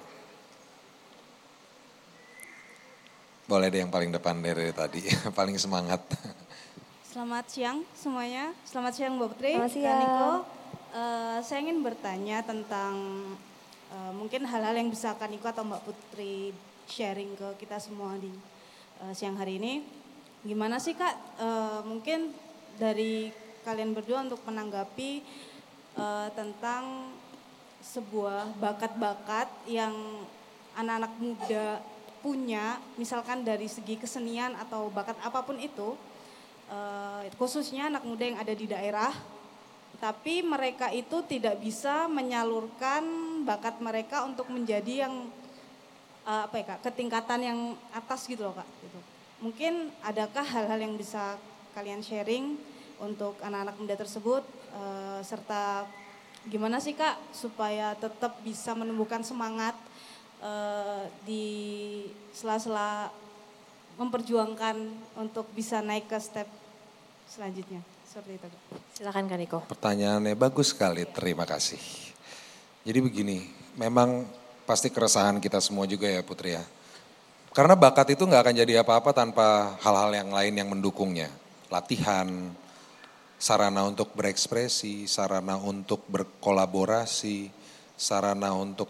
[SPEAKER 1] Boleh deh yang paling depan dari tadi, paling semangat.
[SPEAKER 5] Selamat siang semuanya, selamat siang Mbak Putri,
[SPEAKER 2] Selamat siang.
[SPEAKER 5] Kaniko. Uh, saya ingin bertanya tentang uh, mungkin hal-hal yang bisa Kaniko atau Mbak Putri sharing ke kita semua di uh, siang hari ini. Gimana sih Kak, uh, mungkin dari kalian berdua untuk menanggapi uh, tentang sebuah bakat-bakat yang anak-anak muda punya, misalkan dari segi kesenian atau bakat apapun itu, uh, khususnya anak muda yang ada di daerah, tapi mereka itu tidak bisa menyalurkan bakat mereka untuk menjadi yang uh, apa ya Kak, ketingkatan yang atas gitu loh Kak. Gitu. Mungkin adakah hal-hal yang bisa kalian sharing untuk anak-anak muda tersebut, uh, serta gimana sih Kak supaya tetap bisa menumbuhkan semangat uh, di sela-sela memperjuangkan untuk bisa naik ke step selanjutnya. Seperti itu.
[SPEAKER 2] Silakan Kaniko.
[SPEAKER 1] Pertanyaannya bagus sekali, terima kasih. Jadi begini, memang pasti keresahan kita semua juga ya Putri ya. Karena bakat itu nggak akan jadi apa-apa tanpa hal-hal yang lain yang mendukungnya. Latihan, sarana untuk berekspresi, sarana untuk berkolaborasi, sarana untuk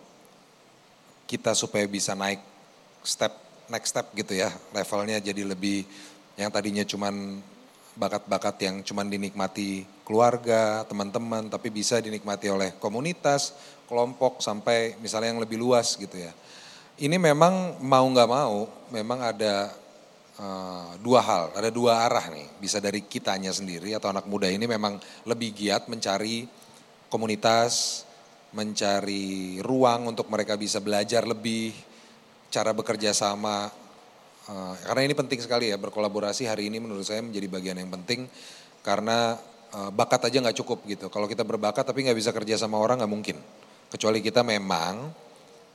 [SPEAKER 1] kita supaya bisa naik step, next step gitu ya. Levelnya jadi lebih, yang tadinya cuman bakat-bakat yang cuman dinikmati keluarga, teman-teman, tapi bisa dinikmati oleh komunitas, kelompok, sampai misalnya yang lebih luas gitu ya. Ini memang mau nggak mau, memang ada uh, dua hal, ada dua arah nih. Bisa dari kitanya sendiri atau anak muda ini memang lebih giat mencari komunitas, mencari ruang untuk mereka bisa belajar lebih, cara bekerja sama. Uh, karena ini penting sekali ya, berkolaborasi hari ini menurut saya menjadi bagian yang penting. Karena uh, bakat aja nggak cukup gitu. Kalau kita berbakat tapi nggak bisa kerja sama orang nggak mungkin. Kecuali kita memang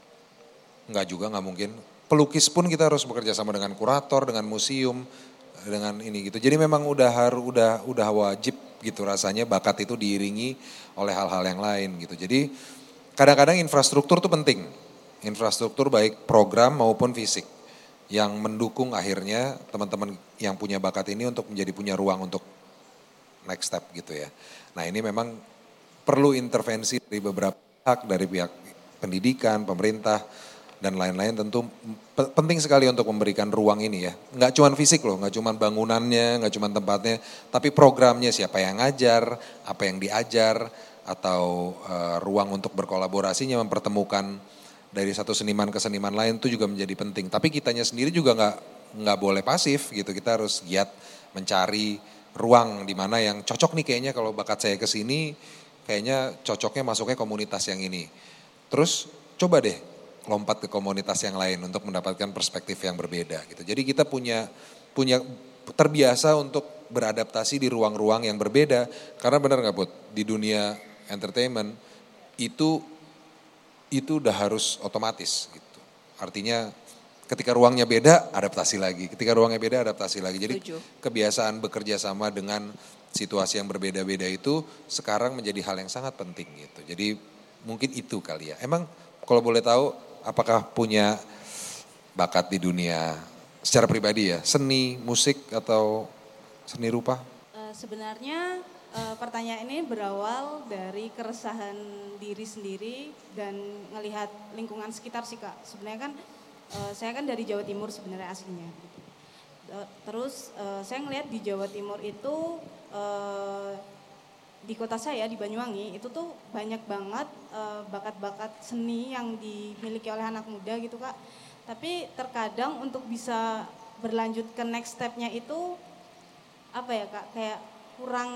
[SPEAKER 1] Enggak juga, enggak mungkin. Pelukis pun kita harus bekerja sama dengan kurator, dengan museum, dengan ini gitu. Jadi memang udah harus udah udah wajib gitu rasanya bakat itu diiringi oleh hal-hal yang lain gitu. Jadi kadang-kadang infrastruktur tuh penting. Infrastruktur baik program maupun fisik yang mendukung akhirnya teman-teman yang punya bakat ini untuk menjadi punya ruang untuk next step gitu ya. Nah, ini memang perlu intervensi dari beberapa pihak, dari pihak pendidikan, pemerintah, dan lain-lain. Tentu penting sekali untuk memberikan ruang ini ya. Nggak cuma fisik loh, nggak cuma bangunannya, nggak cuma tempatnya, tapi programnya, siapa yang ngajar, apa yang diajar, atau uh, ruang untuk berkolaborasinya, mempertemukan dari satu seniman ke seniman lain itu juga menjadi penting. Tapi kitanya sendiri juga nggak nggak boleh pasif gitu. Kita harus giat mencari ruang di mana yang cocok nih kayaknya kalau bakat saya ke sini, kayaknya cocoknya masuknya komunitas yang ini. Terus coba deh lompat ke komunitas yang lain untuk mendapatkan perspektif yang berbeda gitu. Jadi kita punya punya terbiasa untuk beradaptasi di ruang-ruang yang berbeda. Karena benar nggak Put, di dunia entertainment itu itu udah harus otomatis gitu. Artinya ketika ruangnya beda, adaptasi lagi. Ketika ruangnya beda, adaptasi lagi. Jadi Tujuh. kebiasaan bekerja sama dengan situasi yang berbeda-beda itu sekarang menjadi hal yang sangat penting gitu. Jadi mungkin itu kali ya. Emang kalau boleh tahu, apakah punya bakat di dunia secara pribadi ya, seni, musik atau seni rupa?
[SPEAKER 5] Uh, sebenarnya uh, pertanyaan ini berawal dari keresahan diri sendiri dan melihat lingkungan sekitar sih Kak. Sebenarnya kan uh, saya kan dari Jawa Timur sebenarnya aslinya. Uh, terus uh, saya ngelihat di Jawa Timur itu uh, di kota saya di Banyuwangi itu tuh banyak banget uh, bakat-bakat seni yang dimiliki oleh anak muda gitu Kak. Tapi terkadang untuk bisa berlanjut ke next step-nya itu apa ya Kak, kayak kurang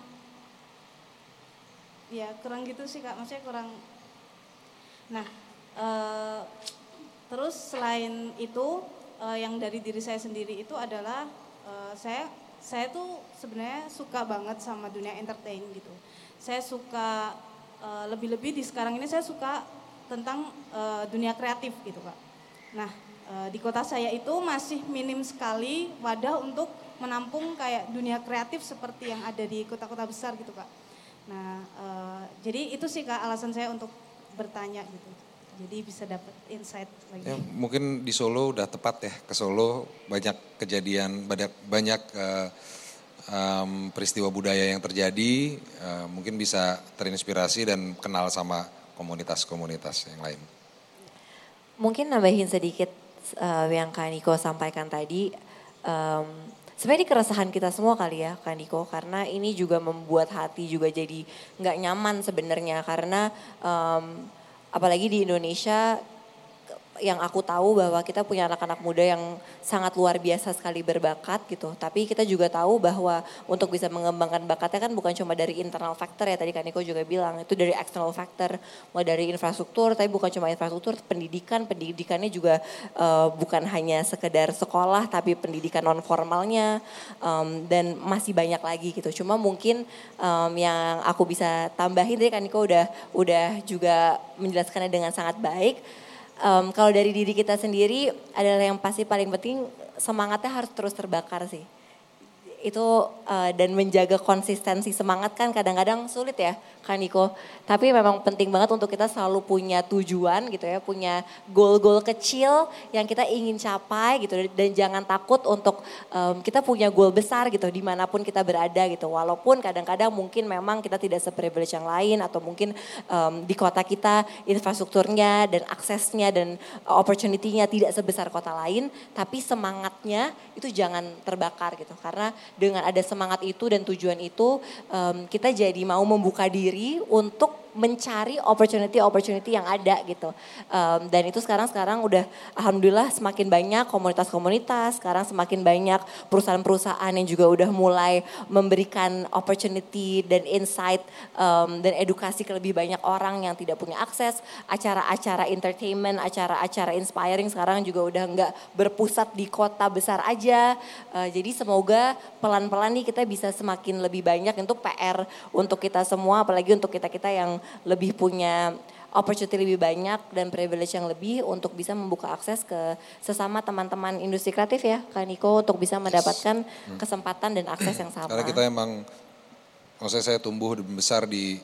[SPEAKER 5] ya kurang gitu sih Kak, maksudnya kurang. Nah uh, terus selain itu uh, yang dari diri saya sendiri itu adalah uh, saya Saya tuh sebenarnya suka banget sama dunia entertain gitu. Saya suka uh, lebih-lebih di sekarang ini saya suka tentang uh, dunia kreatif gitu Kak. Nah uh, di kota saya itu masih minim sekali wadah untuk menampung kayak dunia kreatif seperti yang ada di kota-kota besar gitu Kak. Nah uh, jadi itu sih Kak alasan saya untuk bertanya gitu. Jadi bisa dapat insight lagi.
[SPEAKER 1] Ya, mungkin di Solo udah tepat ya, ke Solo banyak kejadian, banyak, banyak uh, um, peristiwa budaya yang terjadi, uh, mungkin bisa terinspirasi dan kenal sama komunitas-komunitas yang lain.
[SPEAKER 2] Mungkin nambahin sedikit uh, yang Kak Niko sampaikan tadi, um, sebenarnya ini keresahan kita semua kali ya Kak Niko, karena ini juga membuat hati juga jadi nggak nyaman sebenarnya, karena um, apalagi di Indonesia yang aku tahu bahwa kita punya anak-anak muda yang sangat luar biasa sekali berbakat gitu. Tapi kita juga tahu bahwa untuk bisa mengembangkan bakatnya kan bukan cuma dari internal factor ya, tadi Kak Niko juga bilang, itu dari external factor, mulai dari infrastruktur, tapi bukan cuma infrastruktur, pendidikan, pendidikannya juga uh, bukan hanya sekedar sekolah, tapi pendidikan non formalnya um, dan masih banyak lagi gitu. Cuma mungkin um, yang aku bisa tambahin tadi Kak Niko udah udah juga menjelaskannya dengan sangat baik. Um, kalau dari diri kita sendiri adalah yang pasti paling penting, semangatnya harus terus terbakar sih. itu uh, dan menjaga konsistensi semangat kan kadang-kadang sulit ya Kak Niko. Tapi memang penting banget untuk kita selalu punya tujuan gitu ya, punya goal-goal kecil yang kita ingin capai gitu. Dan jangan takut untuk um, kita punya goal besar gitu dimanapun kita berada gitu. Walaupun kadang-kadang mungkin memang kita tidak se-privilege yang lain atau mungkin um, di kota kita infrastrukturnya dan aksesnya dan opportunity-nya tidak sebesar kota lain. Tapi semangatnya itu jangan terbakar gitu. Karena dengan ada semangat itu dan tujuan itu um, kita jadi mau membuka diri untuk mencari opportunity-opportunity yang ada gitu. Um, dan itu sekarang-sekarang udah alhamdulillah semakin banyak komunitas-komunitas, sekarang semakin banyak perusahaan-perusahaan yang juga udah mulai memberikan opportunity dan insight um, dan edukasi ke lebih banyak orang yang tidak punya akses. Acara-acara entertainment, acara-acara inspiring sekarang juga udah nggak berpusat di kota besar aja. Uh, jadi semoga pelan-pelan nih kita bisa semakin lebih banyak, itu P R untuk kita semua, apalagi untuk kita-kita yang lebih punya opportunity lebih banyak dan privilege yang lebih untuk bisa membuka akses ke sesama teman-teman industri kreatif ya Kak Niko untuk bisa mendapatkan yes. kesempatan dan akses yang sama.
[SPEAKER 1] Karena kita emang, maksudnya saya tumbuh besar di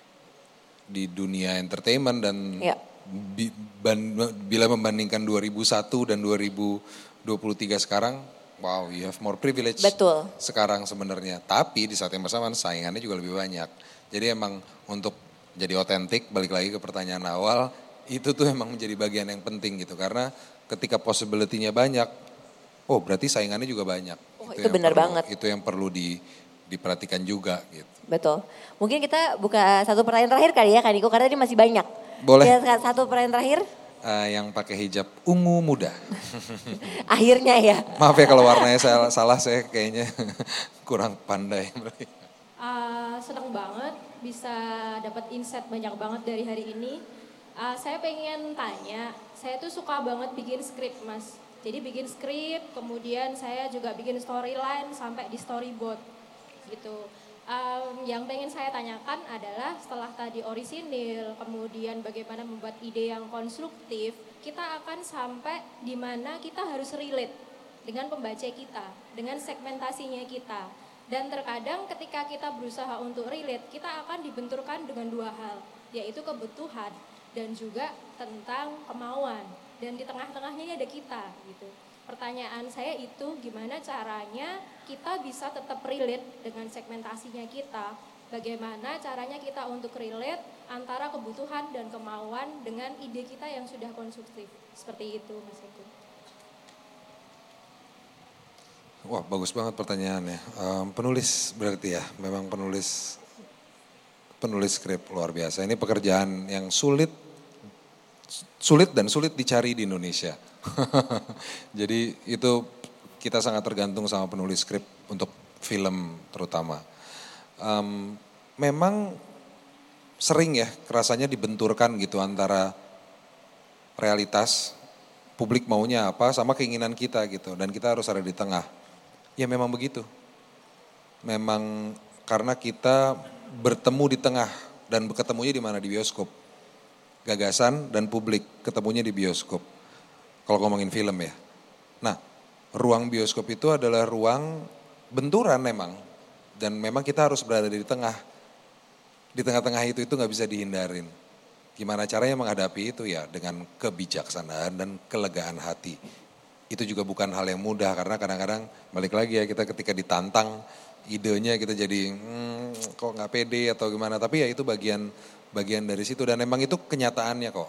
[SPEAKER 1] di dunia entertainment dan ya. bi, ban, bila membandingkan dua ribu satu dan dua ribu dua puluh tiga sekarang, wow, you have more privilege.
[SPEAKER 2] Betul.
[SPEAKER 1] Sekarang sebenarnya, tapi di saat yang bersamaan saingannya juga lebih banyak. Jadi emang untuk jadi otentik, balik lagi ke pertanyaan awal, itu tuh emang menjadi bagian yang penting gitu. Karena ketika possibility-nya banyak, oh berarti saingannya juga banyak.
[SPEAKER 2] Oh, itu, itu benar
[SPEAKER 1] perlu,
[SPEAKER 2] banget.
[SPEAKER 1] Itu yang perlu di, diperhatikan juga gitu.
[SPEAKER 2] Betul. Mungkin kita buka satu pertanyaan terakhir kali ya Kak Niko, karena ini masih banyak.
[SPEAKER 1] Boleh.
[SPEAKER 2] Ya, satu pertanyaan terakhir.
[SPEAKER 1] Uh, yang pakai hijab ungu muda.
[SPEAKER 2] Akhirnya ya.
[SPEAKER 1] Maaf ya kalau warnanya salah, salah saya kayaknya kurang pandai.
[SPEAKER 6] Uh, senang banget bisa dapat insight banyak banget dari hari ini. Uh, saya pengen tanya, saya tuh suka banget bikin skrip mas. Jadi bikin skrip, kemudian saya juga bikin storyline sampai di storyboard gitu. Um, yang pengen saya tanyakan adalah setelah tadi orisinil, kemudian bagaimana membuat ide yang konstruktif, kita akan sampai di mana kita harus relate dengan pembaca kita, dengan segmentasinya kita. Dan terkadang ketika kita berusaha untuk relate, kita akan dibenturkan dengan dua hal, yaitu kebutuhan dan juga tentang kemauan. Dan di tengah-tengahnya ada kita gitu. Pertanyaan saya itu gimana caranya kita bisa tetap relate dengan segmentasinya kita. Bagaimana caranya kita untuk relate antara kebutuhan dan kemauan dengan ide kita yang sudah konstruktif. Seperti itu Mas Eko.
[SPEAKER 1] Wah bagus banget pertanyaannya. Um, penulis berarti ya, memang penulis penulis skrip luar biasa. Ini pekerjaan yang sulit, sulit dan sulit dicari di Indonesia. Jadi itu kita sangat tergantung sama penulis skrip untuk film terutama. Um, memang sering ya rasanya dibenturkan gitu antara realitas, publik maunya apa sama keinginan kita gitu. Dan kita harus ada di tengah. Ya memang begitu. Memang karena kita bertemu di tengah dan ketemunya di mana? Di bioskop. Gagasan dan publik ketemunya di bioskop. Kalau ngomongin film ya. Nah, ruang bioskop itu adalah ruang benturan memang. Dan memang kita harus berada di tengah. Di tengah-tengah itu itu nggak bisa dihindarin. Gimana caranya menghadapi itu ya dengan kebijaksanaan dan kelegaan hati. Itu juga bukan hal yang mudah karena kadang-kadang balik lagi ya kita ketika ditantang idenya kita jadi hmm, kok nggak pede atau gimana. Tapi ya itu bagian bagian dari situ dan memang itu kenyataannya kok.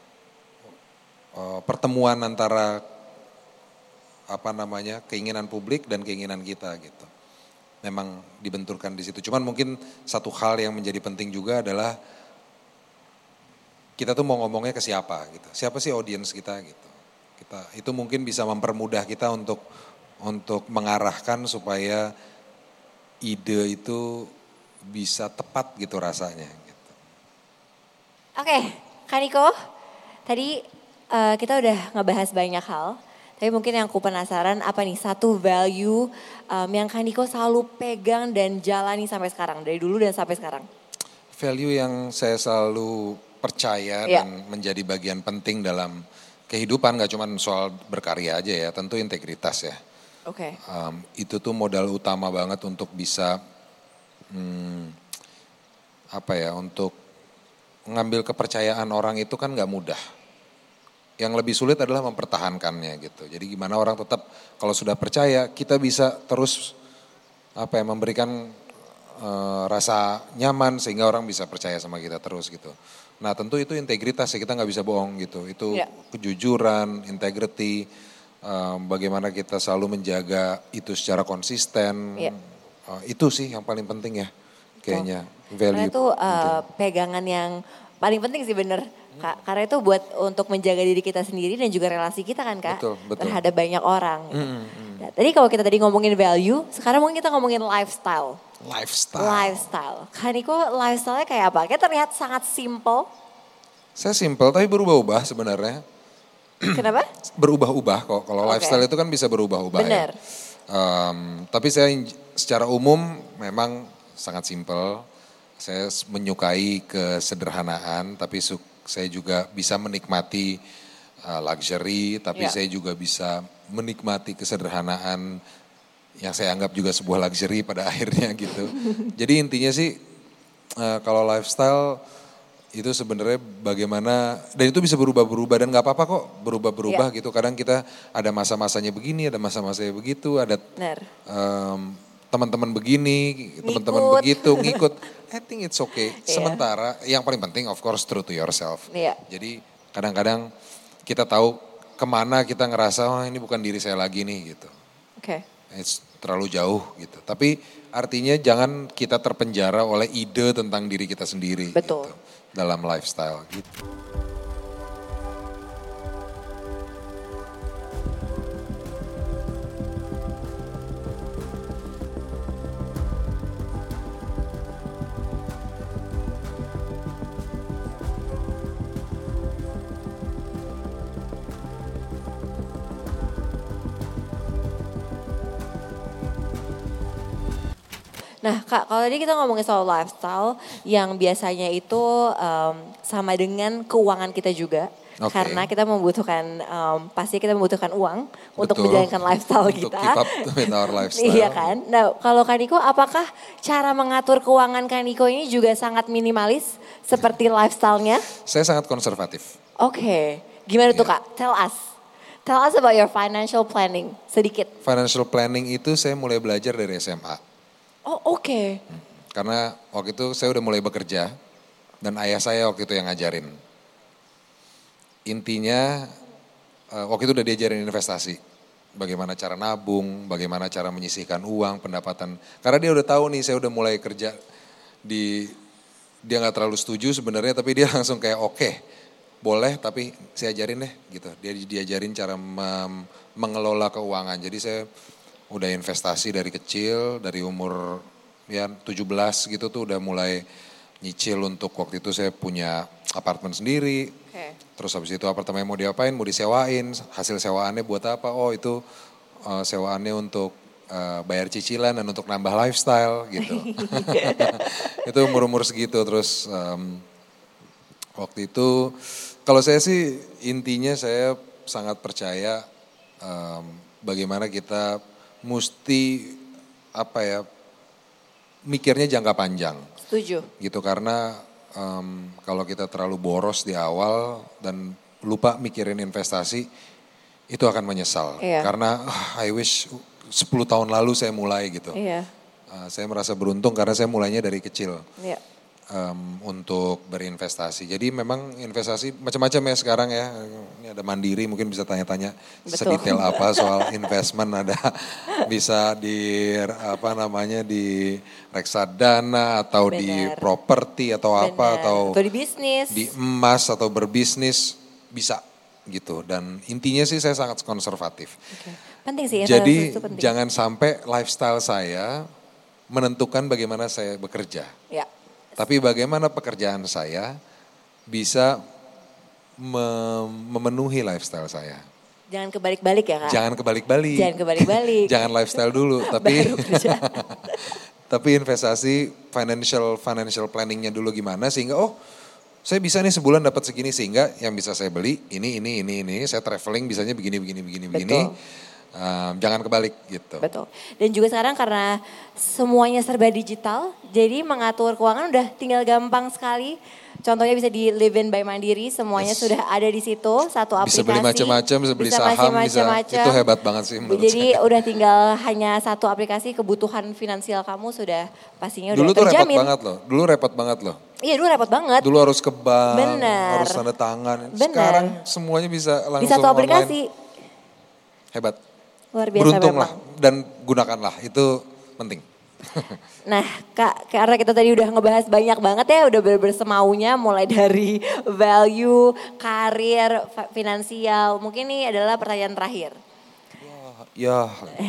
[SPEAKER 1] Uh, pertemuan antara apa namanya keinginan publik dan keinginan kita gitu. Memang dibenturkan di situ. Cuman mungkin satu hal yang menjadi penting juga adalah kita tuh mau ngomongnya ke siapa gitu. Siapa sih audiens kita gitu. Kita itu mungkin bisa mempermudah kita untuk untuk mengarahkan supaya ide itu bisa tepat gitu rasanya gitu.
[SPEAKER 2] Oke, Kak Niko, tadi uh, kita udah ngebahas banyak hal. Tapi mungkin yang aku penasaran apa nih satu value um, yang Kak Niko selalu pegang dan jalani sampai sekarang, dari dulu dan sampai sekarang.
[SPEAKER 1] Value yang saya selalu percaya yeah. dan menjadi bagian penting dalam kehidupan, gak cuma soal berkarya aja ya, tentu integritas ya.
[SPEAKER 2] Oke.
[SPEAKER 1] Um, itu tuh modal utama banget untuk bisa hmm, apa ya, untuk ngambil kepercayaan orang itu kan nggak mudah. Yang lebih sulit adalah mempertahankannya gitu. Jadi gimana orang tetap kalau sudah percaya kita bisa terus apa ya, memberikan uh, rasa nyaman sehingga orang bisa percaya sama kita terus gitu. Nah tentu itu integritas ya, kita nggak bisa bohong gitu. Itu
[SPEAKER 2] Ya.
[SPEAKER 1] kejujuran, integrity, um, bagaimana kita selalu menjaga itu secara konsisten.
[SPEAKER 2] Ya.
[SPEAKER 1] Uh, itu sih yang paling penting ya kayaknya.
[SPEAKER 2] Karena
[SPEAKER 1] Value
[SPEAKER 2] itu uh, pegangan yang paling penting sih bener. Kak, karena itu buat untuk menjaga diri kita sendiri dan juga relasi kita kan Kak.
[SPEAKER 1] Betul, betul.
[SPEAKER 2] Terhadap banyak orang. Gitu.
[SPEAKER 1] Mm, mm.
[SPEAKER 2] Nah, tadi kalau kita tadi ngomongin value, sekarang mungkin kita ngomongin lifestyle.
[SPEAKER 1] Lifestyle.
[SPEAKER 2] Lifestyle. Kak Niko lifestyle-nya kayak apa? Kayak terlihat sangat simple.
[SPEAKER 1] Saya simple tapi berubah-ubah sebenarnya.
[SPEAKER 2] Kenapa?
[SPEAKER 1] Berubah-ubah kok. Kalau
[SPEAKER 2] Oke.
[SPEAKER 1] lifestyle itu kan bisa berubah-ubah
[SPEAKER 2] Bener.
[SPEAKER 1] ya. Um, tapi saya in- secara umum memang sangat simple. Saya s- menyukai kesederhanaan tapi su- saya juga bisa menikmati uh, luxury. Tapi
[SPEAKER 2] Ya.
[SPEAKER 1] saya juga bisa menikmati kesederhanaan yang saya anggap juga sebuah luxury pada akhirnya gitu. Jadi intinya sih uh, kalau lifestyle itu sebenarnya bagaimana, dan itu bisa berubah-berubah dan nggak apa-apa kok berubah-berubah gitu. Kadang kita ada masa-masanya begini, ada masa-masanya begitu, ada
[SPEAKER 2] Bener.
[SPEAKER 1] em, teman-teman begini, teman-teman
[SPEAKER 2] Ngikut.
[SPEAKER 1] begitu, ngikut. I think it's okay.
[SPEAKER 2] Iya.
[SPEAKER 1] Sementara yang paling penting of course true to yourself.
[SPEAKER 2] Iya.
[SPEAKER 1] Jadi kadang-kadang kita tahu kemana kita ngerasa, oh ini bukan diri saya lagi nih gitu.
[SPEAKER 2] Oke.
[SPEAKER 1] It's terlalu jauh gitu. Tapi artinya jangan kita terpenjara oleh ide tentang diri kita sendiri.
[SPEAKER 2] Betul.
[SPEAKER 1] Gitu, dalam lifestyle gitu.
[SPEAKER 2] Nah Kak, kalau tadi kita ngomongin soal lifestyle yang biasanya itu em, sama dengan keuangan kita juga.
[SPEAKER 1] Oke.
[SPEAKER 2] Karena kita membutuhkan, em, pasti kita membutuhkan uang untuk
[SPEAKER 1] Betul.
[SPEAKER 2] menjalankan lifestyle
[SPEAKER 1] Untuk
[SPEAKER 2] kita.
[SPEAKER 1] keep up with our lifestyle.
[SPEAKER 2] Iya kan? Nah kalau Kak Niko, apakah cara mengatur keuangan Kak Niko ini juga sangat minimalis seperti lifestyle-nya?
[SPEAKER 1] Saya sangat konservatif.
[SPEAKER 2] Oke, gimana tuh
[SPEAKER 1] Iya.
[SPEAKER 2] Kak? Tell us. Tell us about your financial planning, sedikit.
[SPEAKER 1] Financial planning itu saya mulai belajar dari S M A.
[SPEAKER 2] Oh oke.
[SPEAKER 1] Karena waktu itu saya udah mulai bekerja dan ayah saya waktu itu yang ngajarin. Intinya eh, waktu itu udah diajarin investasi. Bagaimana cara nabung, bagaimana cara menyisihkan uang, pendapatan. Karena dia udah tahu nih saya udah mulai kerja di, dia gak terlalu setuju sebenarnya tapi dia langsung kayak oke. Boleh tapi saya ajarin deh gitu. Dia diajarin cara mem- mengelola keuangan. Jadi saya udah investasi dari kecil, dari umur ya tujuh belas gitu tuh udah mulai nyicil untuk waktu itu saya punya apartemen sendiri.
[SPEAKER 2] Oke.
[SPEAKER 1] Terus habis itu apartemen mau diapain, mau disewain, hasil sewaannya buat apa? Oh itu uh, sewaannya untuk uh, bayar cicilan dan untuk nambah lifestyle gitu. Itu umur-umur segitu terus um, waktu itu kalau saya sih intinya saya sangat percaya um, bagaimana kita mesti apa ya mikirnya jangka panjang
[SPEAKER 2] Setuju.
[SPEAKER 1] gitu karena em, kalau kita terlalu boros di awal dan lupa mikirin investasi itu akan menyesal
[SPEAKER 2] Iya.
[SPEAKER 1] karena ah, I wish sepuluh tahun lalu saya mulai gitu.
[SPEAKER 2] Iya.
[SPEAKER 1] Uh, saya merasa beruntung karena saya mulainya dari kecil
[SPEAKER 2] Iya.
[SPEAKER 1] em, untuk berinvestasi. Jadi memang investasi macam-macam ya sekarang ya. Ini ada Mandiri mungkin bisa tanya-tanya
[SPEAKER 2] Betul.
[SPEAKER 1] sedetail apa soal investment, ada bisa di apa namanya di reksadana atau di
[SPEAKER 2] Benar.
[SPEAKER 1] properti atau apa
[SPEAKER 2] Benar.
[SPEAKER 1] atau
[SPEAKER 2] Atau di bisnis.
[SPEAKER 1] di emas atau berbisnis bisa gitu. Dan intinya sih saya sangat konservatif.
[SPEAKER 2] Oke. Penting sih.
[SPEAKER 1] Jadi
[SPEAKER 2] investasi itu penting.
[SPEAKER 1] jangan sampai lifestyle saya menentukan bagaimana saya bekerja.
[SPEAKER 2] Ya.
[SPEAKER 1] Tapi bagaimana pekerjaan saya bisa mem- memenuhi lifestyle saya.
[SPEAKER 2] Jangan kebalik-balik ya Kak.
[SPEAKER 1] Jangan kebalik-balik.
[SPEAKER 2] Jangan kebalik-balik.
[SPEAKER 1] Jangan lifestyle dulu, tapi
[SPEAKER 2] Baru kerja.
[SPEAKER 1] tapi investasi financial financial planningnya dulu gimana sehingga oh saya bisa nih sebulan dapat segini sehingga yang bisa saya beli ini ini ini ini saya traveling bisanya begini begini begini begini.
[SPEAKER 2] Betul.
[SPEAKER 1] um, jangan kebalik gitu.
[SPEAKER 2] Betul. Dan juga sekarang karena semuanya serba digital, jadi mengatur keuangan udah tinggal gampang sekali. Contohnya bisa di Live In by Mandiri, semuanya
[SPEAKER 1] Yes.
[SPEAKER 2] sudah ada di situ, satu aplikasi.
[SPEAKER 1] Bisa beli macam-macam, bisa beli saham, bisa
[SPEAKER 2] macam-macam.
[SPEAKER 1] itu hebat banget sih menurut
[SPEAKER 2] Jadi
[SPEAKER 1] saya.
[SPEAKER 2] udah tinggal hanya satu aplikasi, kebutuhan finansial kamu sudah pastinya
[SPEAKER 1] Dulu
[SPEAKER 2] udah
[SPEAKER 1] tuh repot
[SPEAKER 2] terjamin.
[SPEAKER 1] banget loh, dulu repot banget loh.
[SPEAKER 2] Iya dulu repot banget.
[SPEAKER 1] Dulu harus ke bank,
[SPEAKER 2] Bener.
[SPEAKER 1] harus tanda tangan.
[SPEAKER 2] Bener.
[SPEAKER 1] Sekarang semuanya bisa langsung
[SPEAKER 2] Di satu aplikasi.
[SPEAKER 1] online. Hebat.
[SPEAKER 2] Luar biasa
[SPEAKER 1] Beruntunglah
[SPEAKER 2] memang.
[SPEAKER 1] dan gunakanlah, itu penting.
[SPEAKER 2] Nah Kak, karena kita tadi udah ngebahas banyak banget ya, udah bener-bener semaunya mulai dari value, karir, fa- finansial. Mungkin ini adalah pertanyaan terakhir.
[SPEAKER 1] Ya.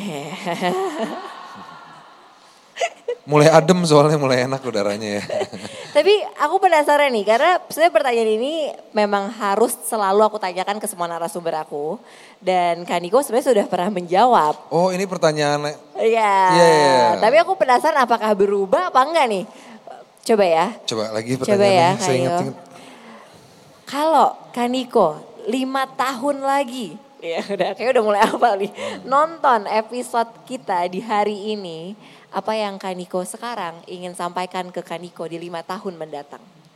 [SPEAKER 1] Mulai adem soalnya, mulai enak udaranya ya.
[SPEAKER 2] Tapi aku penasaran nih, karena sebenarnya pertanyaan ini memang harus selalu aku tanyakan ke semua narasumber aku. Dan Kak Niko sebenarnya sudah pernah menjawab.
[SPEAKER 1] Oh ini pertanyaan,
[SPEAKER 2] Iya,
[SPEAKER 1] Iya, iya.
[SPEAKER 2] tapi aku penasaran apakah berubah apa enggak nih? Coba ya.
[SPEAKER 1] coba lagi
[SPEAKER 2] Coba
[SPEAKER 1] pertanyaan
[SPEAKER 2] ya,
[SPEAKER 1] saya
[SPEAKER 2] Kak
[SPEAKER 1] ingat-ingat.
[SPEAKER 2] Kalau Kak Niko lima tahun lagi, ya udah kayak udah mulai hafal nih. Nonton episode kita di hari ini, apa yang Kak Niko sekarang ingin sampaikan ke Kak Niko di lima tahun mendatang?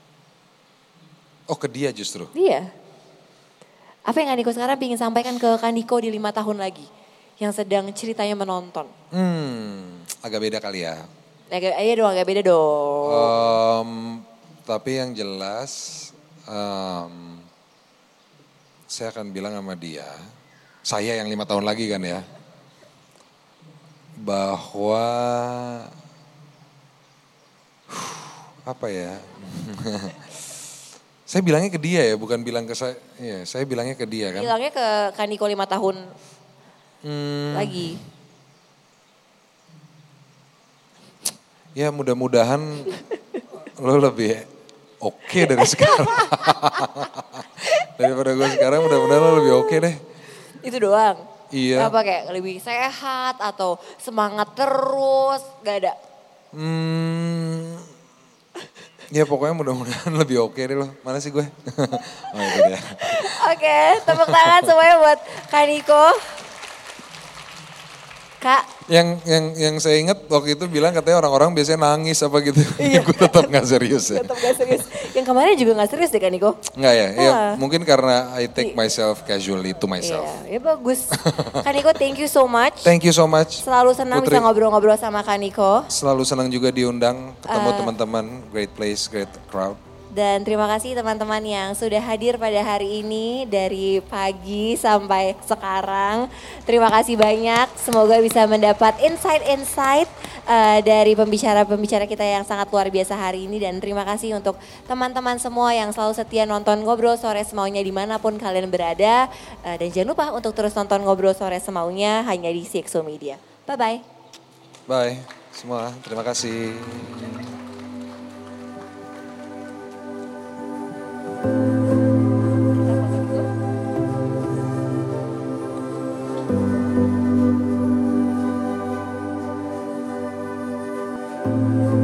[SPEAKER 1] Oh ke dia justru.
[SPEAKER 2] Iya. Apa yang Kak Niko sekarang ingin sampaikan ke Kak Niko di lima tahun lagi? Yang sedang ceritanya menonton.
[SPEAKER 1] Hmm, agak beda kali ya.
[SPEAKER 2] Agak, iya dong, agak beda dong.
[SPEAKER 1] Em, tapi yang jelas, em, saya akan bilang sama dia, saya yang lima tahun lagi kan ya, bahwa huh, apa ya? Saya bilangnya ke dia ya, bukan bilang ke saya. Iya, saya bilangnya ke dia kan.
[SPEAKER 2] Bilangnya ke Kak Niko lima tahun
[SPEAKER 1] Hmm,
[SPEAKER 2] lagi.
[SPEAKER 1] ya mudah-mudahan lo lebih oke dari sekarang. Daripada gue sekarang mudah-mudahan lo lebih oke deh.
[SPEAKER 2] Itu doang?
[SPEAKER 1] Iya.
[SPEAKER 2] Apa kayak lebih sehat atau semangat terus? Gak ada?
[SPEAKER 1] Hmm, ya pokoknya mudah-mudahan lebih oke deh lo. Mana sih gue? Oh itu dia.
[SPEAKER 2] Oke, tepuk tangan semuanya buat Kak Niko. Kak,
[SPEAKER 1] Yang yang yang saya ingat waktu itu bilang katanya orang-orang biasanya nangis apa gitu.
[SPEAKER 2] Iya.
[SPEAKER 1] Gue tetap gak serius ya.
[SPEAKER 2] tetap gak serius. Yang kemarin juga gak serius deh Kak Niko.
[SPEAKER 1] Enggak ya, ya
[SPEAKER 2] Ah.
[SPEAKER 1] mungkin karena I take myself casually to myself.
[SPEAKER 2] Iya, ya bagus. Kak Niko, thank you so much.
[SPEAKER 1] Thank you so much.
[SPEAKER 2] Selalu senang
[SPEAKER 1] Putri.
[SPEAKER 2] bisa ngobrol-ngobrol sama Kak Niko.
[SPEAKER 1] Selalu senang juga diundang, ketemu
[SPEAKER 2] Ah.
[SPEAKER 1] teman-teman, great place, great crowd.
[SPEAKER 2] Dan terima kasih teman-teman yang sudah hadir pada hari ini dari pagi sampai sekarang. Terima kasih banyak. Semoga bisa mendapat insight-insight uh, dari pembicara-pembicara kita yang sangat luar biasa hari ini. Dan terima kasih untuk teman-teman semua yang selalu setia nonton Ngobrol Sore Semaunya dimanapun kalian berada. Uh, dan jangan lupa untuk terus nonton Ngobrol Sore Semaunya hanya di C X O Media. Bye-bye.
[SPEAKER 1] Bye semua, terima kasih.
[SPEAKER 2] Thank you.